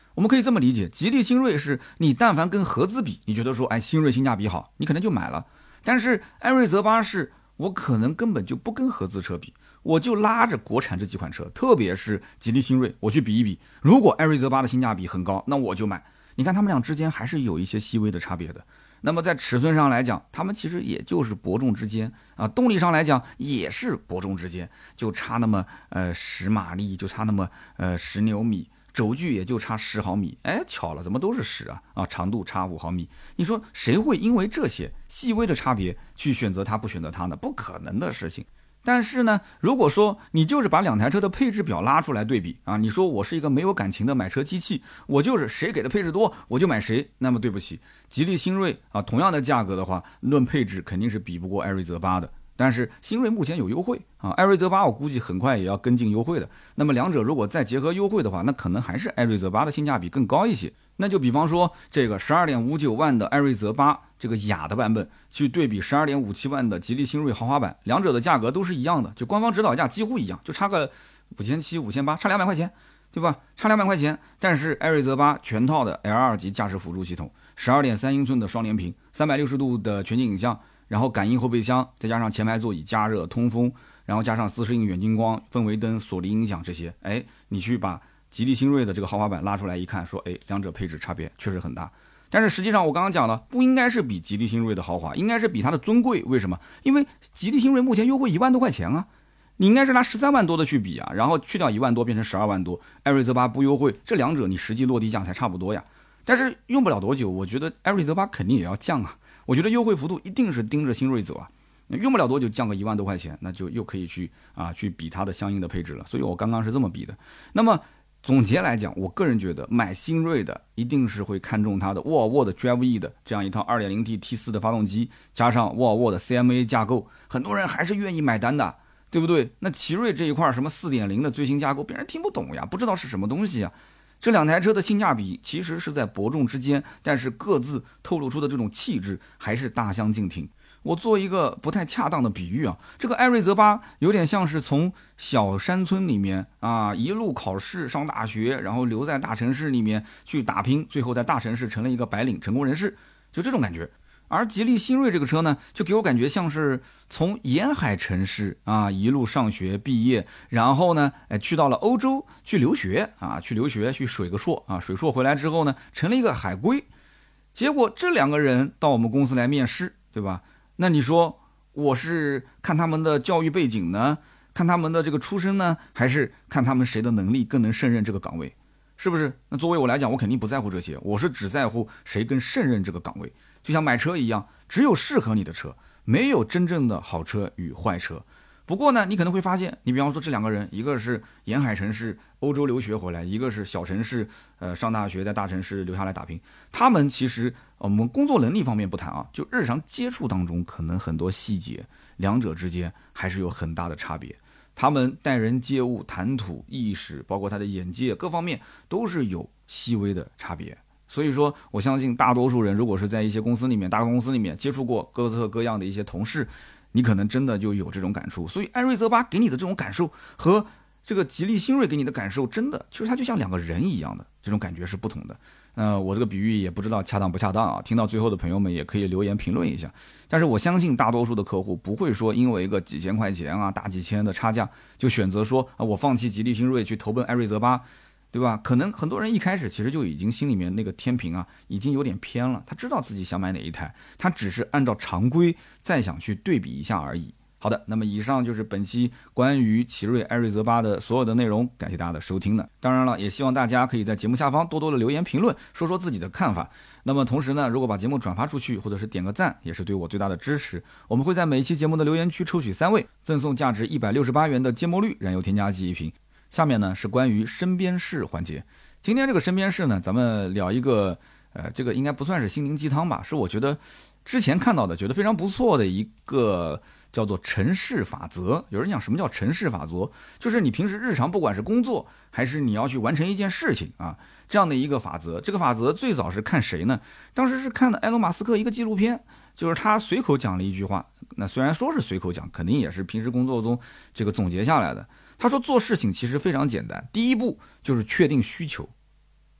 Speaker 1: 我们可以这么理解，吉利新锐是你但凡跟合资比，你觉得说，哎，新锐性价比好，你可能就买了。但是艾瑞泽八是我可能根本就不跟合资车比，我就拉着国产这几款车，特别是吉利新锐，我去比一比。如果艾瑞泽八的性价比很高，那我就买。你看他们俩之间还是有一些细微的差别的。那么在尺寸上来讲，他们其实也就是伯仲之间啊，动力上来讲也是伯仲之间，就差那么呃十马力，就差那么呃十牛米。轴距也就差十毫米，哎，巧了，怎么都是十啊？啊，长度差五毫米，你说谁会因为这些细微的差别去选择它不选择它呢？不可能的事情。但是呢，如果说你就是把两台车的配置表拉出来对比啊，你说我是一个没有感情的买车机器，我就是谁给的配置多我就买谁，那么对不起，吉利新锐啊，同样的价格的话，论配置肯定是比不过艾瑞泽八的。但是新锐目前有优惠啊，艾瑞泽八我估计很快也要跟进优惠的。那么两者如果再结合优惠的话，那可能还是艾瑞泽八的性价比更高一些。那就比方说这个 十二点五九万的艾瑞泽八这个雅的版本，去对比 十二点五七万的吉利新锐豪华版，两者的价格都是一样的，就官方指导价几乎一样，就差个五千七、五千八，差两百块钱，对吧？差两百块钱。但是艾瑞泽八全套的 L 二 级驾驶辅助系统， 十二点三英寸的双联屏，三百六十度的全景影像，然后感应后备箱，再加上前排座椅加热通风，然后加上自适应远近光、氛围灯、锁离音响这些，哎，你去把吉利新锐的这个豪华版拉出来一看，说，哎，两者配置差别确实很大。但是实际上我刚刚讲了，不应该是比吉利新锐的豪华，应该是比它的尊贵。为什么？因为吉利新锐目前优惠一万多块钱啊，你应该是拿十三万多的去比啊，然后去掉一万多变成十二万多。艾瑞泽八不优惠，这两者你实际落地价才差不多呀。但是用不了多久，我觉得艾瑞泽八肯定也要降啊。我觉得优惠幅度一定是盯着新锐走啊，用不了多久降个一万多块钱，那就又可以去啊去比它的相应的配置了。所以我刚刚是这么比的。那么总结来讲，我个人觉得买新锐的一定是会看中它的沃尔沃的 Drive E 的这样一套 二点零 T T 四 的发动机，加上沃尔沃的 C M A 架构，很多人还是愿意买单的，对不对？那奇瑞这一块什么 四点零 的最新架构，别人听不懂呀，不知道是什么东西啊。这两台车的性价比其实是在伯仲之间，但是各自透露出的这种气质还是大相径庭。我做一个不太恰当的比喻啊，这个艾瑞泽八有点像是从小山村里面啊一路考试上大学，然后留在大城市里面去打拼，最后在大城市成了一个白领成功人士，就这种感觉。而吉利新锐这个车呢，就给我感觉像是从沿海城市啊一路上学毕业，然后呢，哎去到了欧洲去留学啊，去留学去水个硕啊，水硕回来之后呢，成了一个海归。结果这两个人到我们公司来面试，对吧？那你说我是看他们的教育背景呢，看他们的这个出身呢，还是看他们谁的能力更能胜任这个岗位？是不是？那作为我来讲，我肯定不在乎这些，我是只在乎谁更胜任这个岗位。就像买车一样，只有适合你的车，没有真正的好车与坏车。不过呢，你可能会发现，你比方说这两个人，一个是沿海城市欧洲留学回来，一个是小城市呃上大学在大城市留下来打拼，他们其实我们工作能力方面不谈啊，就日常接触当中，可能很多细节两者之间还是有很大的差别。他们待人接物、谈吐、意识，包括他的眼界各方面都是有细微的差别。所以说我相信大多数人如果是在一些公司里面大公司里面接触过各色各样的一些同事，你可能真的就有这种感触。所以艾瑞泽八给你的这种感受和这个吉利新锐给你的感受，真的其实它就像两个人一样的，这种感觉是不同的。呃，我这个比喻也不知道恰当不恰当啊，听到最后的朋友们也可以留言评论一下。但是我相信大多数的客户不会说因为一个几千块钱啊大几千的差价就选择说啊我放弃吉利新锐去投奔艾瑞泽八，对吧？可能很多人一开始其实就已经心里面那个天平啊已经有点偏了，他知道自己想买哪一台，他只是按照常规再想去对比一下而已。好的，那么以上就是本期关于奇瑞艾瑞泽八的所有的内容，感谢大家的收听呢。当然了，也希望大家可以在节目下方多多的留言评论，说说自己的看法。那么同时呢，如果把节目转发出去，或者是点个赞，也是对我最大的支持。我们会在每一期节目的留言区抽取三位，赠送价值一百六十八元的芥末绿燃油添加剂一瓶。下面呢是关于身边事环节。今天这个身边事呢，咱们聊一个，呃，这个应该不算是心灵鸡汤吧，是我觉得之前看到的，觉得非常不错的一个叫做城市法则。有人讲什么叫城市法则，就是你平时日常不管是工作还是你要去完成一件事情啊，这样的一个法则。这个法则最早是看谁呢？当时是看的埃隆马斯克一个纪录片，就是他随口讲了一句话，那虽然说是随口讲，肯定也是平时工作中这个总结下来的。他说做事情其实非常简单，第一步就是确定需求，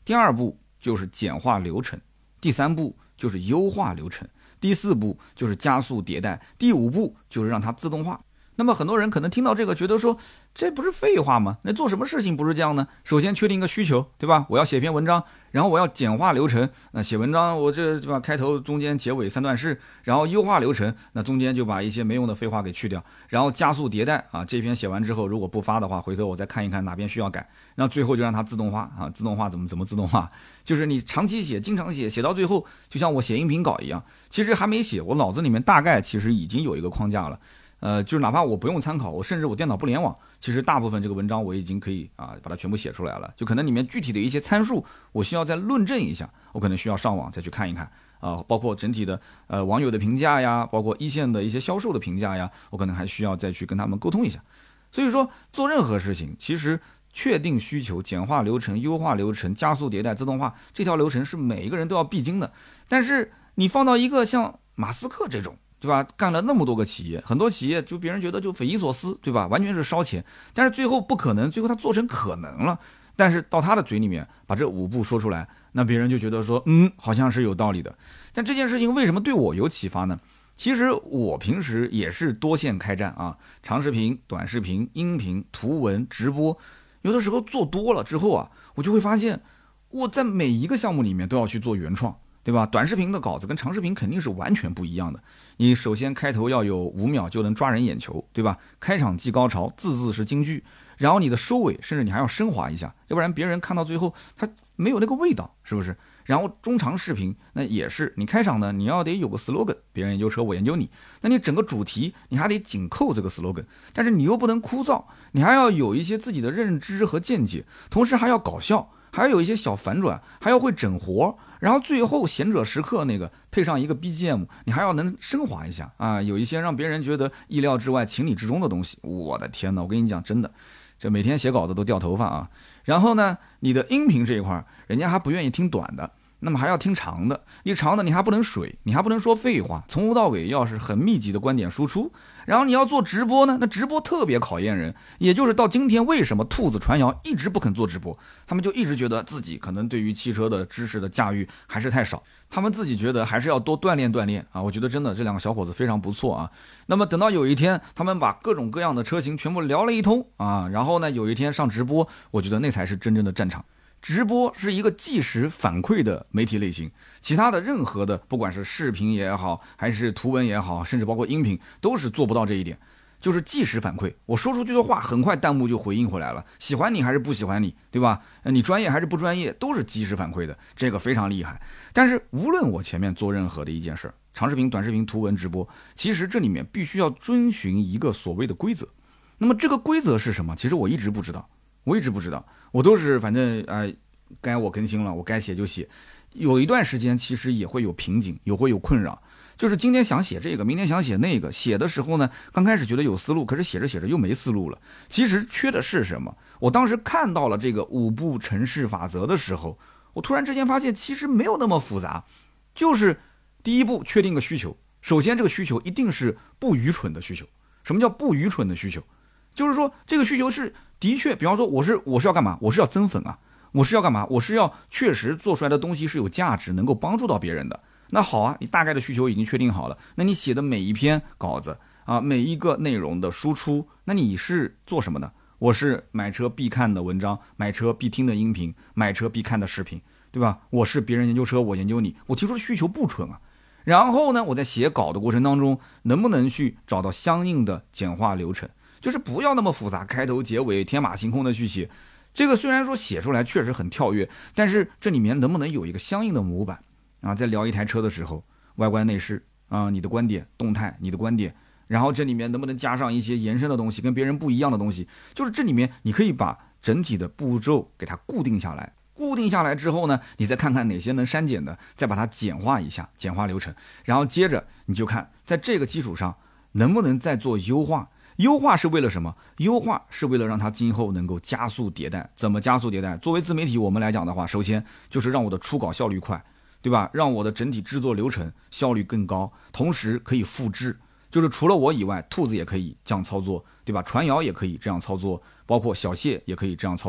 Speaker 1: 第二步就是简化流程，第三步就是优化流程，第四步就是加速迭代，第五步就是让它自动化。那么很多人可能听到这个觉得说，这不是废话吗？那做什么事情不是这样呢？首先确定一个需求，对吧？我要写篇文章，然后我要简化流程。那写文章我这对吧？开头、中间、结尾三段式，然后优化流程，那中间就把一些没用的废话给去掉，然后加速迭代啊。这篇写完之后，如果不发的话，回头我再看一看哪边需要改，然后最后就让它自动化啊。自动化怎么怎么自动化？就是你长期写、经常写，写到最后，就像我写音频稿一样，其实还没写，我脑子里面大概其实已经有一个框架了。呃，就是哪怕我不用参考，我甚至我电脑不联网，其实大部分这个文章我已经可以啊把它全部写出来了。就可能里面具体的一些参数，我需要再论证一下，我可能需要上网再去看一看啊，包括整体的呃网友的评价呀，包括一线的一些销售的评价呀，我可能还需要再去跟他们沟通一下。所以说做任何事情，其实确定需求、简化流程、优化流程、加速迭代、自动化，这条流程是每一个人都要必经的。但是你放到一个像马斯克这种，对吧？干了那么多个企业，很多企业就别人觉得就匪夷所思，对吧？完全是烧钱，但是最后不可能，最后他做成可能了。但是到他的嘴里面把这五步说出来，那别人就觉得说，嗯，好像是有道理的。但这件事情为什么对我有启发呢？其实我平时也是多线开战啊，长视频、短视频、音频、图文、直播，有的时候做多了之后啊，我就会发现我在每一个项目里面都要去做原创。对吧？短视频的稿子跟长视频肯定是完全不一样的。你首先开头要有五秒就能抓人眼球，对吧？开场即高潮，字字是金句。然后你的收尾，甚至你还要升华一下，要不然别人看到最后他没有那个味道，是不是？然后中长视频那也是，你开场呢你要得有个 slogan， 别人研究车我研究你，那你整个主题你还得紧扣这个 slogan， 但是你又不能枯燥，你还要有一些自己的认知和见解，同时还要搞笑，还要有一些小反转，还要会整活。然后最后贤者时刻那个配上一个 B G M， 你还要能升华一下啊，有一些让别人觉得意料之外、情理之中的东西。我的天哪，我跟你讲，真的，这每天写稿子都掉头发啊。然后呢，你的音频这一块，人家还不愿意听短的，那么还要听长的。你长的你还不能水，你还不能说废话，从头到尾要是很密集的观点输出。然后你要做直播呢，那直播特别考验人，也就是到今天为什么兔子传谣一直不肯做直播，他们就一直觉得自己可能对于汽车的知识的驾驭还是太少，他们自己觉得还是要多锻炼锻炼啊。我觉得真的这两个小伙子非常不错啊。那么等到有一天他们把各种各样的车型全部聊了一通啊，然后呢有一天上直播，我觉得那才是真正的战场。直播是一个即时反馈的媒体类型，其他的任何的不管是视频也好，还是图文也好，甚至包括音频，都是做不到这一点，就是即时反馈。我说出去的话，很快弹幕就回应回来了，喜欢你还是不喜欢你，对吧？你专业还是不专业，都是即时反馈的，这个非常厉害。但是无论我前面做任何的一件事，长视频、短视频、图文、直播，其实这里面必须要遵循一个所谓的规则。那么这个规则是什么？其实我一直不知道。我一直不知道，我都是反正呃，该我更新了，我该写就写。有一段时间其实也会有瓶颈，也会有困扰，就是今天想写这个，明天想写那个。写的时候呢，刚开始觉得有思路，可是写着写着又没思路了。其实缺的是什么？我当时看到了这个五步程式法则的时候，我突然之间发现其实没有那么复杂，就是第一步确定个需求。首先这个需求一定是不愚蠢的需求。什么叫不愚蠢的需求？就是说这个需求是的确，比方说我是我是要干嘛？我是要增粉啊，我是要干嘛？我是要确实做出来的东西是有价值，能够帮助到别人的。那好啊，你大概的需求已经确定好了，那你写的每一篇稿子啊，每一个内容的输出，那你是做什么呢？我是买车必看的文章，买车必听的音频，买车必看的视频，对吧？我是别人研究车，我研究你，我提出的需求不蠢啊。然后呢，我在写稿的过程当中，能不能去找到相应的简化流程？就是不要那么复杂，开头结尾天马行空的去写。这个虽然说写出来确实很跳跃，但是这里面能不能有一个相应的模板啊？在聊一台车的时候，外观内饰啊，你的观点，动态，你的观点，然后这里面能不能加上一些延伸的东西，跟别人不一样的东西？就是这里面你可以把整体的步骤给它固定下来。固定下来之后呢，你再看看哪些能删减的，再把它简化一下，简化流程，然后接着你就看在这个基础上能不能再做优化。优化是为了什么？优化是为了让它今后能够加速迭代。怎么加速迭代？作为自媒体我们来讲的话，首先就是让我的出稿效率快，对吧？让我的整体制作流程效率更高，同时可以复制，就是除了我以外，兔子也可以这样操作，对吧？传谣也可以这样操作，包括小谢也可以这样操作。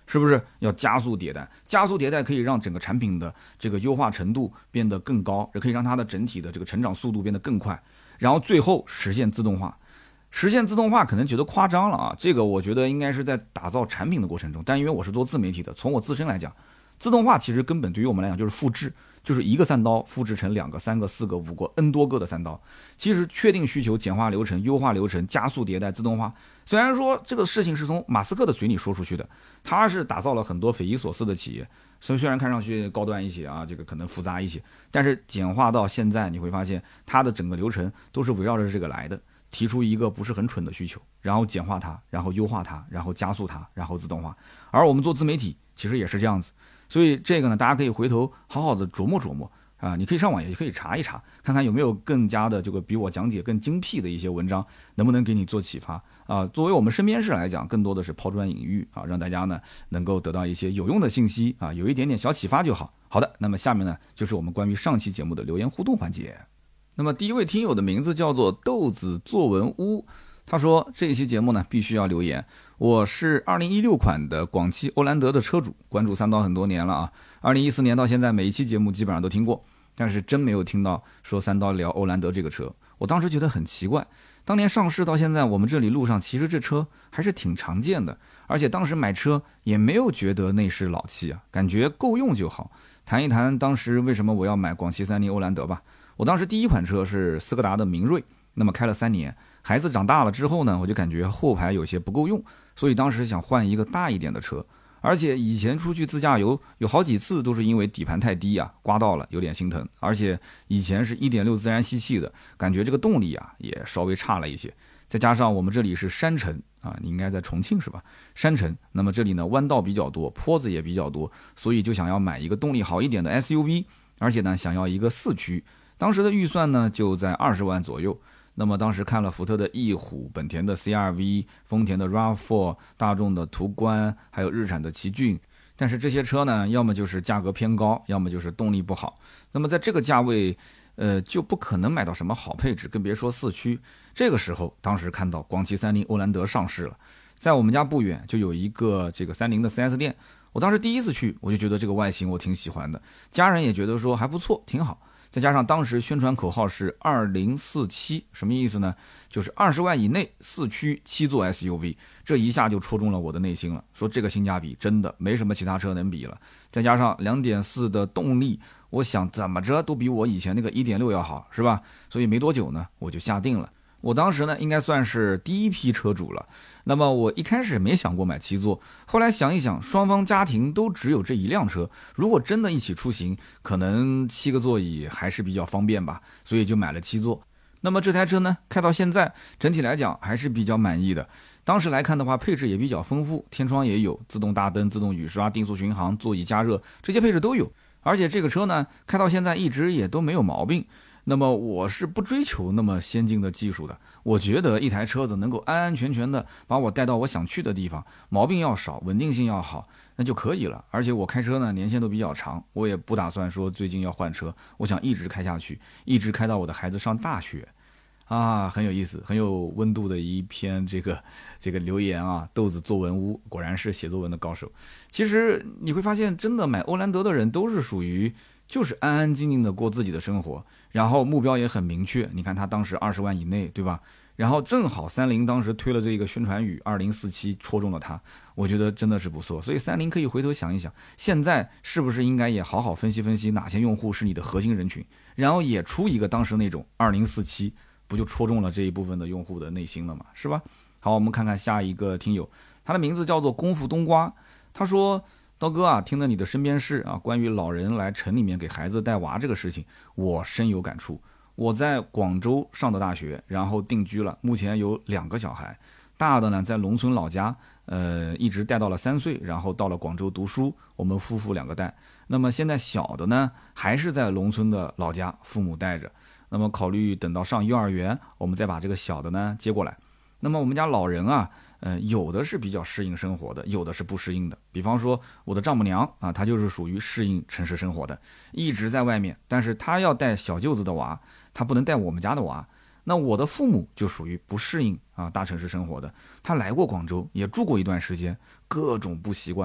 Speaker 1: 是不是要加速迭代？加速迭代可以让整个产品的这个优化程度变得更高，也可以让它的整体的这个成长速度变得更快，然后最后实现自动化。实现自动化可能觉得夸张了啊，这个我觉得应该是在打造产品的过程中，但因为我是做自媒体的，从我自身来讲，自动化其实根本对于我们来讲就是复制，就是一个三刀复制成两个、三个、四个、五个 N 多个的三刀。其实确定需求、简化流程、优化流程、加速迭代、自动化，虽然说这个事情是从马斯克的嘴里说出去的，他是打造了很多匪夷所思的企业，所以虽然看上去高端一些啊，这个可能复杂一些，但是简化到现在，你会发现它的整个流程都是围绕着这个来的。提出一个不是很蠢的需求，然后简化它，然后优化它，然后加速它，然后自动化。而我们做自媒体其实也是这样子，所以这个呢，大家可以回头好好的琢磨琢磨啊，你可以上网也可以查一查，看看有没有更加的这个比我讲解更精辟的一些文章，能不能给你做启发啊？作为我们身边事来讲，更多的是抛砖引玉啊，让大家呢能够得到一些有用的信息啊，有一点点小启发就好。好的，那么下面呢就是我们关于上期节目的留言互动环节。那么第一位听友的名字叫做豆子作文屋，他说这一期节目呢必须要留言，我是二零一六款的广汽欧蓝德的车主，关注三刀很多年了啊，二零一四年到现在每一期节目基本上都听过，但是真没有听到说三刀聊欧蓝德这个车，我当时觉得很奇怪，当年上市到现在我们这里路上其实这车还是挺常见的，而且当时买车也没有觉得内饰老气啊，感觉够用就好。谈一谈当时为什么我要买广汽三菱欧蓝德吧。我当时第一款车是斯柯达的明锐，那么开了三年，孩子长大了之后呢，我就感觉后排有些不够用，所以当时想换一个大一点的车，而且以前出去自驾游有好几次都是因为底盘太低啊，刮到了有点心疼，而且以前是 一点六 自然吸气的，感觉这个动力啊也稍微差了一些，再加上我们这里是山城啊，你应该在重庆是吧？山城，那么这里呢弯道比较多，坡子也比较多，所以就想要买一个动力好一点的 S U V， 而且呢想要一个四驱。当时的预算呢就在二十万左右，那么当时看了福特的翼虎、本田的 C R V、丰田的 R A V 四、大众的途观，还有日产的奇骏，但是这些车呢，要么就是价格偏高，要么就是动力不好。那么在这个价位，呃，就不可能买到什么好配置，更别说四驱。这个时候，当时看到广汽三菱欧蓝德上市了，在我们家不远就有一个这个三菱的 四 S 店，我当时第一次去，我就觉得这个外形我挺喜欢的，家人也觉得说还不错，挺好。再加上当时宣传口号是二零四七，什么意思呢？就是二十万以内四驱七座 S U V， 这一下就戳中了我的内心了，说这个性价比真的没什么其他车能比了。再加上 两点四 的动力，我想怎么着都比我以前那个 一点六 要好，是吧？所以没多久呢，我就下定了。我当时呢应该算是第一批车主了，那么我一开始没想过买七座，后来想一想，双方家庭都只有这一辆车，如果真的一起出行，可能七个座椅还是比较方便吧，所以就买了七座。那么这台车呢开到现在，整体来讲还是比较满意的。当时来看的话，配置也比较丰富，天窗也有，自动大灯、自动雨刷、定速巡航、座椅加热，这些配置都有。而且这个车呢开到现在一直也都没有毛病。那么我是不追求那么先进的技术的，我觉得一台车子能够安安全全的把我带到我想去的地方，毛病要少，稳定性要好，那就可以了。而且我开车呢年限都比较长，我也不打算说最近要换车，我想一直开下去，一直开到我的孩子上大学。啊，很有意思，很有温度的一篇这个这个留言啊，豆子作文屋果然是写作文的高手。其实你会发现，真的买欧蓝德的人都是属于就是安安静静的过自己的生活，然后目标也很明确。你看他当时二十万以内，对吧？然后正好三菱当时推了这个宣传语二零四七，戳中了他，我觉得真的是不错。所以三菱可以回头想一想，现在是不是应该也好好分析分析哪些用户是你的核心人群，然后也出一个当时那种二零四七，不就戳中了这一部分的用户的内心了嘛，是吧？好，我们看看下一个听友，他的名字叫做功夫冬瓜，他说，刀哥啊，听了你的身边事啊，关于老人来城里面给孩子带娃这个事情，我深有感触。我在广州上的大学，然后定居了，目前有两个小孩，大的呢在农村老家，呃，一直带到了三岁，然后到了广州读书，我们夫妇两个带。那么现在小的呢，还是在农村的老家，父母带着。那么考虑等到上幼儿园，我们再把这个小的呢接过来。那么我们家老人啊，呃，有的是比较适应生活的，有的是不适应的。比方说我的丈母娘啊，她就是属于适应城市生活的，一直在外面，但是她要带小舅子的娃，她不能带我们家的娃。那我的父母就属于不适应啊大城市生活的，他来过广州，也住过一段时间，各种不习惯。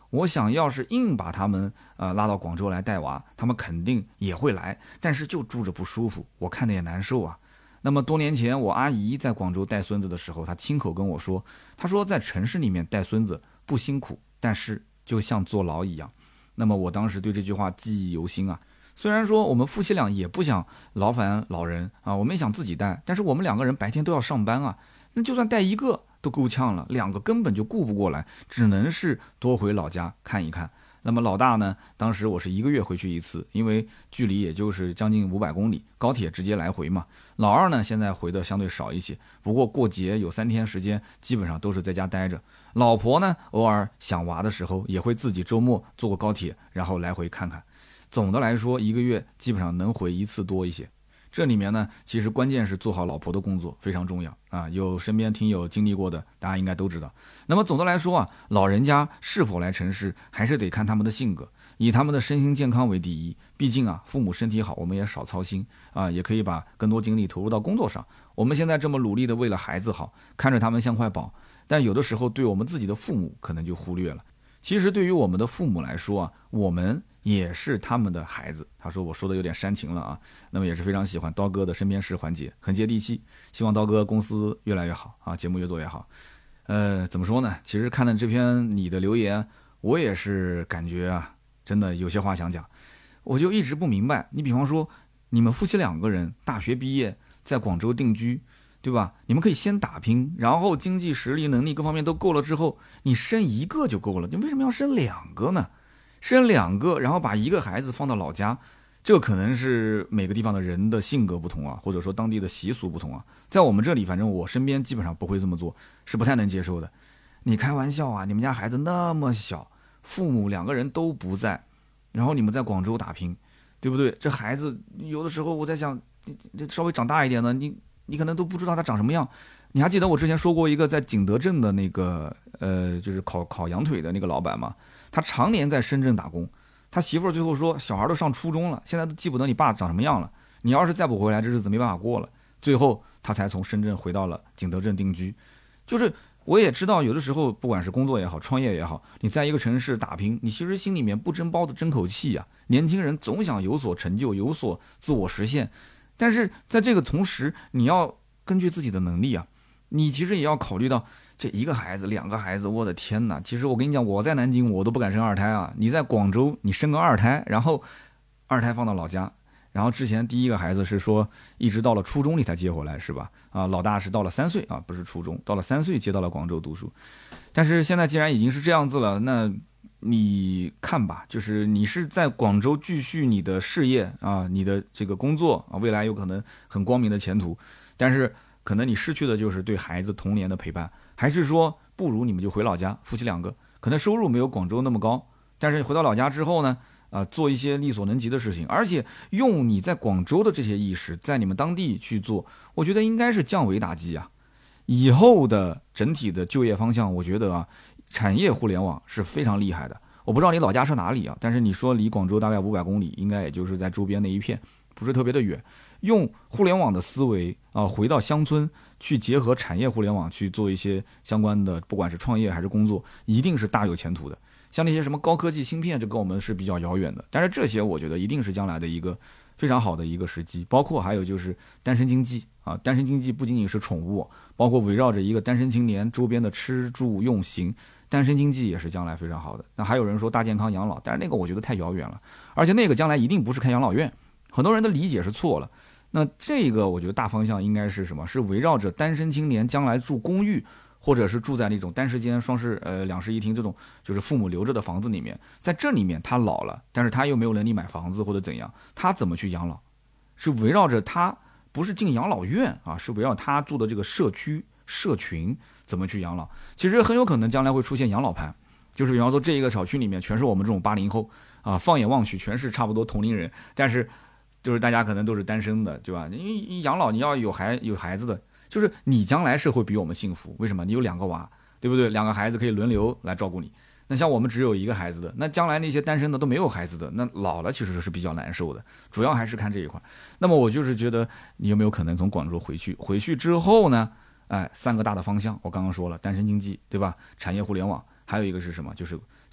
Speaker 1: 我想要是硬把他们呃拉到广州来带娃，他们肯定也会来，但是就住着不舒服，我看着也难受啊。那么多年前我阿姨在广州带孙子的时候，她亲口跟我说，她说在城市里面带孙子不辛苦，但是就像坐牢一样。那么我当时对这句话记忆犹新啊。虽然说我们夫妻俩也不想劳烦老人啊，我们也想自己带，但是我们两个人白天都要上班啊，那就算带一个都够呛了，两个根本就顾不过来，只能是多回老家看一看。那么老大呢，当时我是一个月回去一次，因为距离也就是将近五百公里，高铁直接来回嘛。老二呢，现在回的相对少一些，不过过节有三天时间，基本上都是在家待着。老婆呢，偶尔想娃的时候，也会自己周末坐个高铁，然后来回看看。总的来说，一个月基本上能回一次多一些。这里面呢，其实关键是做好老婆的工作非常重要啊。有身边听友经历过的，大家应该都知道。那么总的来说啊，老人家是否来城市，还是得看他们的性格，以他们的身心健康为第一。毕竟啊，父母身体好，我们也少操心啊，也可以把更多精力投入到工作上。我们现在这么努力的为了孩子好，看着他们像块宝，但有的时候对我们自己的父母可能就忽略了。其实对于我们的父母来说啊，我们也是他们的孩子。他说我说的有点煽情了啊，那么也是非常喜欢刀哥的身边事环节，很接地气。希望刀哥公司越来越好啊，节目越做越好。呃，怎么说呢？其实看了这篇你的留言，我也是感觉啊，真的有些话想讲。我就一直不明白，你比方说你们夫妻两个人大学毕业在广州定居，对吧？你们可以先打拼，然后经济实力能力各方面都够了之后，你生一个就够了，你为什么要生两个呢？生两个，然后把一个孩子放到老家，这可能是每个地方的人的性格不同啊，或者说当地的习俗不同啊。在我们这里，反正我身边基本上不会这么做，是不太能接受的。你开玩笑啊？你们家孩子那么小，父母两个人都不在，然后你们在广州打拼，对不对？这孩子有的时候我在想，这稍微长大一点的，你你可能都不知道他长什么样。你还记得我之前说过一个在景德镇的那个呃，就是烤烤羊腿的那个老板吗？他常年在深圳打工，他媳妇儿最后说，小孩都上初中了，现在都记不得你爸长什么样了，你要是再不回来，这日子没办法过了。最后他才从深圳回到了景德镇定居。就是我也知道，有的时候不管是工作也好，创业也好，你在一个城市打拼，你其实心里面不争包子争口气啊。年轻人总想有所成就，有所自我实现，但是在这个同时，你要根据自己的能力啊，你其实也要考虑到这一个孩子两个孩子，我的天哪！其实我跟你讲，我在南京我都不敢生二胎啊，你在广州你生个二胎，然后二胎放到老家，然后之前第一个孩子是说一直到了初中你才接回来是吧？啊，老大是到了三岁啊，不是初中，到了三岁接到了广州读书。但是现在既然已经是这样子了，那你看吧，就是你是在广州继续你的事业啊，你的这个工作啊，未来有可能很光明的前途，但是可能你失去的就是对孩子童年的陪伴。还是说不如你们就回老家，夫妻两个可能收入没有广州那么高，但是回到老家之后呢，啊、呃，做一些力所能及的事情，而且用你在广州的这些意识在你们当地去做，我觉得应该是降维打击啊。以后的整体的就业方向，我觉得啊，产业互联网是非常厉害的。我不知道你老家是哪里啊，但是你说离广州大概五百公里，应该也就是在周边那一片，不是特别的远。用互联网的思维啊、呃，回到乡村去结合产业互联网去做一些相关的，不管是创业还是工作，一定是大有前途的。像那些什么高科技芯片，这跟我们是比较遥远的，但是这些我觉得一定是将来的一个非常好的一个时机。包括还有就是单身经济啊，单身经济不仅仅是宠物，包括围绕着一个单身青年周边的吃住用行，单身经济也是将来非常好的。那还有人说大健康养老，但是那个我觉得太遥远了，而且那个将来一定不是开养老院，很多人的理解是错了。那这个我觉得大方向应该是什么？是围绕着单身青年将来住公寓，或者是住在那种单室间、双室呃两室一厅这种，就是父母留着的房子里面，在这里面他老了，但是他又没有能力买房子或者怎样，他怎么去养老？是围绕着他不是进养老院啊，是围绕他住的这个社区社群怎么去养老？其实很有可能将来会出现养老盘，就是比方说这一个小区里面全是我们这种八零后啊，放眼望去全是差不多同龄人，但是就是大家可能都是单身的，对吧？因为养老你要有孩有孩子的，就是你将来是会比我们幸福。为什么？你有两个娃，对不对？两个孩子可以轮流来照顾你。那像我们只有一个孩子的，那将来那些单身的都没有孩子的，那老了其实是比较难受的。主要还是看这一块。那么我就是觉得，你有没有可能从广州回去？回去之后呢？哎，三个大的方向，我刚刚说了，单身经济，对吧？产业互联网，还有一个是什么？就是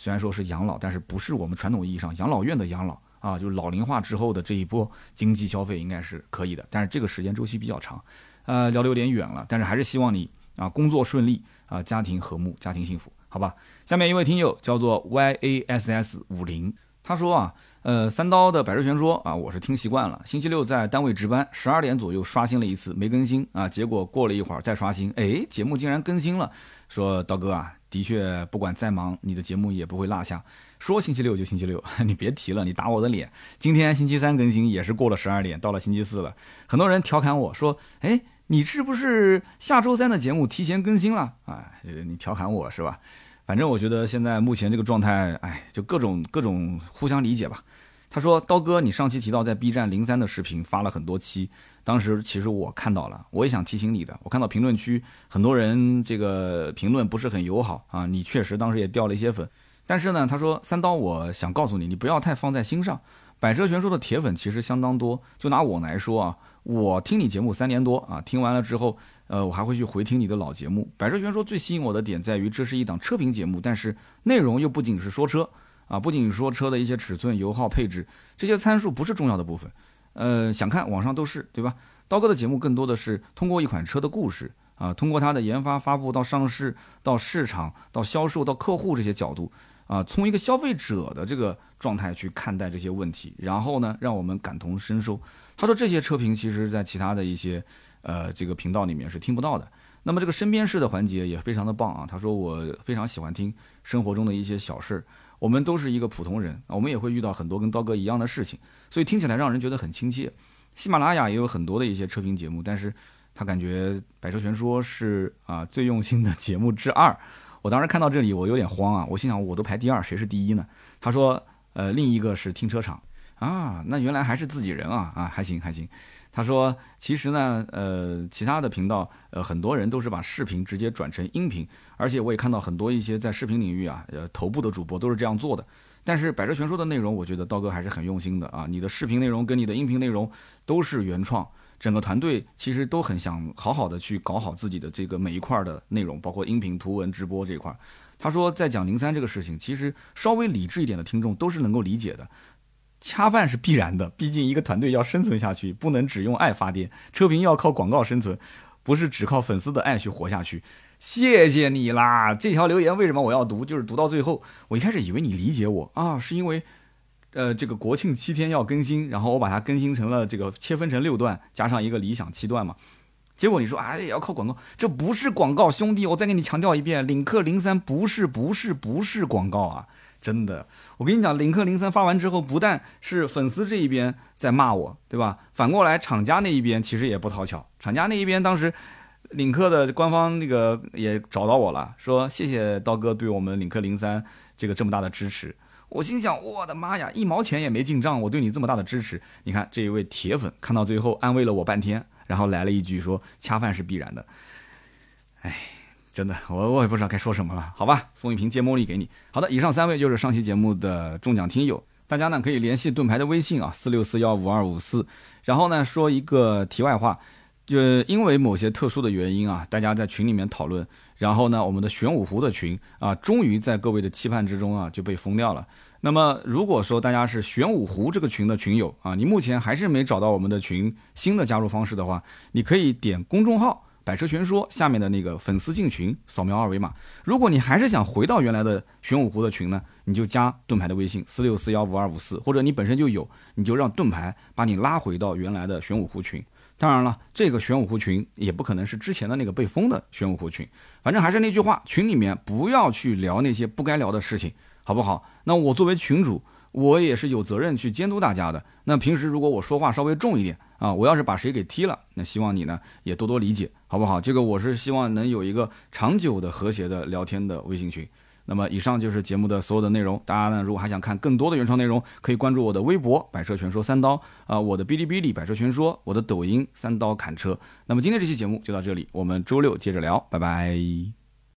Speaker 1: 虽然说是养老，但是不是我们传统意义上养老院的养老啊，就是老龄化之后的这一波经济消费应该是可以的，但是这个时间周期比较长，呃，聊得有点远了，但是还是希望你啊工作顺利啊，家庭和睦，家庭幸福，好吧？下面一位听友叫做 Y A S S 五零，他说啊，呃，三刀的百车全说啊，我是听习惯了，星期六在单位值班，十二点左右刷新了一次，没更新啊，结果过了一会儿再刷新，哎，节目竟然更新了，说刀哥啊，的确不管再忙，你的节目也不会落下。说星期六就星期六，你别提了，你打我的脸。今天星期三更新也是过了十二点，到了星期四了。很多人调侃我说：“哎，你是不是下周三的节目提前更新了？”哎，你调侃我是吧？反正我觉得现在目前这个状态，哎，就各种各种互相理解吧。他说：“刀哥，你上期提到在 B 站零三的视频发了很多期，当时其实我看到了，我也想提醒你的。我看到评论区很多人这个评论不是很友好啊，你确实当时也掉了一些粉。但是呢，他说三刀，我想告诉你，你不要太放在心上。百车全说的铁粉其实相当多，就拿我来说啊，我听你节目三年多啊，听完了之后，呃，我还会去回听你的老节目。百车全说最吸引我的点在于，这是一档车评节目，但是内容又不仅是说车。”啊，不仅说车的一些尺寸、油耗、配置这些参数不是重要的部分，呃，想看网上都是，对吧？刀哥的节目更多的是通过一款车的故事啊，通过它的研发、发布到上市、到市场、到销售、到客户这些角度啊，从一个消费者的这个状态去看待这些问题，然后呢，让我们感同身受。他说这些车评其实在其他的一些呃这个频道里面是听不到的。那么这个身边事的环节也非常的棒啊。他说我非常喜欢听生活中的一些小事。我们都是一个普通人，我们也会遇到很多跟刀哥一样的事情，所以听起来让人觉得很亲切。喜马拉雅也有很多的一些车评节目，但是他感觉百车全说是啊最用心的节目之二。我当时看到这里，我有点慌啊，我心想我都排第二，谁是第一呢？他说，呃，另一个是停车场啊，那原来还是自己人啊啊，还行还行。他说，其实呢，呃，其他的频道，呃，很多人都是把视频直接转成音频，而且我也看到很多一些在视频领域啊，呃，头部的主播都是这样做的。但是百车全说的内容，我觉得刀哥还是很用心的啊，你的视频内容跟你的音频内容都是原创，整个团队其实都很想好好的去搞好自己的这个每一块的内容，包括音频、图文、直播这一块。他说，在讲零三这个事情，其实稍微理智一点的听众都是能够理解的。恰饭是必然的，毕竟一个团队要生存下去，不能只用爱发电，车评要靠广告生存，不是只靠粉丝的爱去活下去。谢谢你啦！这条留言为什么我要读？就是读到最后，我一开始以为你理解我啊，是因为，呃，这个国庆七天要更新，然后我把它更新成了这个切分成六段，加上一个理想七段嘛。结果你说哎也要靠广告，这不是广告，兄弟，我再给你强调一遍，领克零三不是不是不是广告啊！真的，我跟你讲，领克零三发完之后，不但是粉丝这一边在骂我，对吧？反过来，厂家那一边其实也不讨巧。厂家那一边当时，领克的官方那个也找到我了，说谢谢刀哥对我们领克零三这个这么大的支持。我心想，我的妈呀，一毛钱也没进账，我对你这么大的支持。你看这一位铁粉看到最后安慰了我半天，然后来了一句说恰饭是必然的。哎。真的，我我也不知道该说什么了，好吧，送一瓶芥末力给你。好的，以上三位就是上期节目的中奖听友，大家呢可以联系盾牌的微信啊，四六四幺五二五四。然后呢，说一个题外话，就因为某些特殊的原因啊，大家在群里面讨论，然后呢，我们的玄武湖的群啊，终于在各位的期盼之中啊就被封掉了。那么如果说大家是玄武湖这个群的群友啊，你目前还是没找到我们的群新的加入方式的话，你可以点公众号百车全说下面的那个粉丝进群，扫描二维码。如果你还是想回到原来的玄武湖的群呢，你就加盾牌的微信四六四幺五二五四，或者你本身就有，你就让盾牌把你拉回到原来的玄武湖群。当然了，这个玄武湖群也不可能是之前的那个被封的玄武湖群。反正还是那句话，群里面不要去聊那些不该聊的事情，好不好？那我作为群主，我也是有责任去监督大家的。那平时如果我说话稍微重一点啊，我要是把谁给踢了，那希望你呢也多多理解，好不好？这个我是希望能有一个长久的和谐的聊天的微信群。那么以上就是节目的所有的内容，大家呢如果还想看更多的原创内容，可以关注我的微博百车全说三刀啊、呃，我的哔哩哔哩百车全说，我的抖音三刀砍车。那么今天这期节目就到这里，我们周六接着聊，拜拜。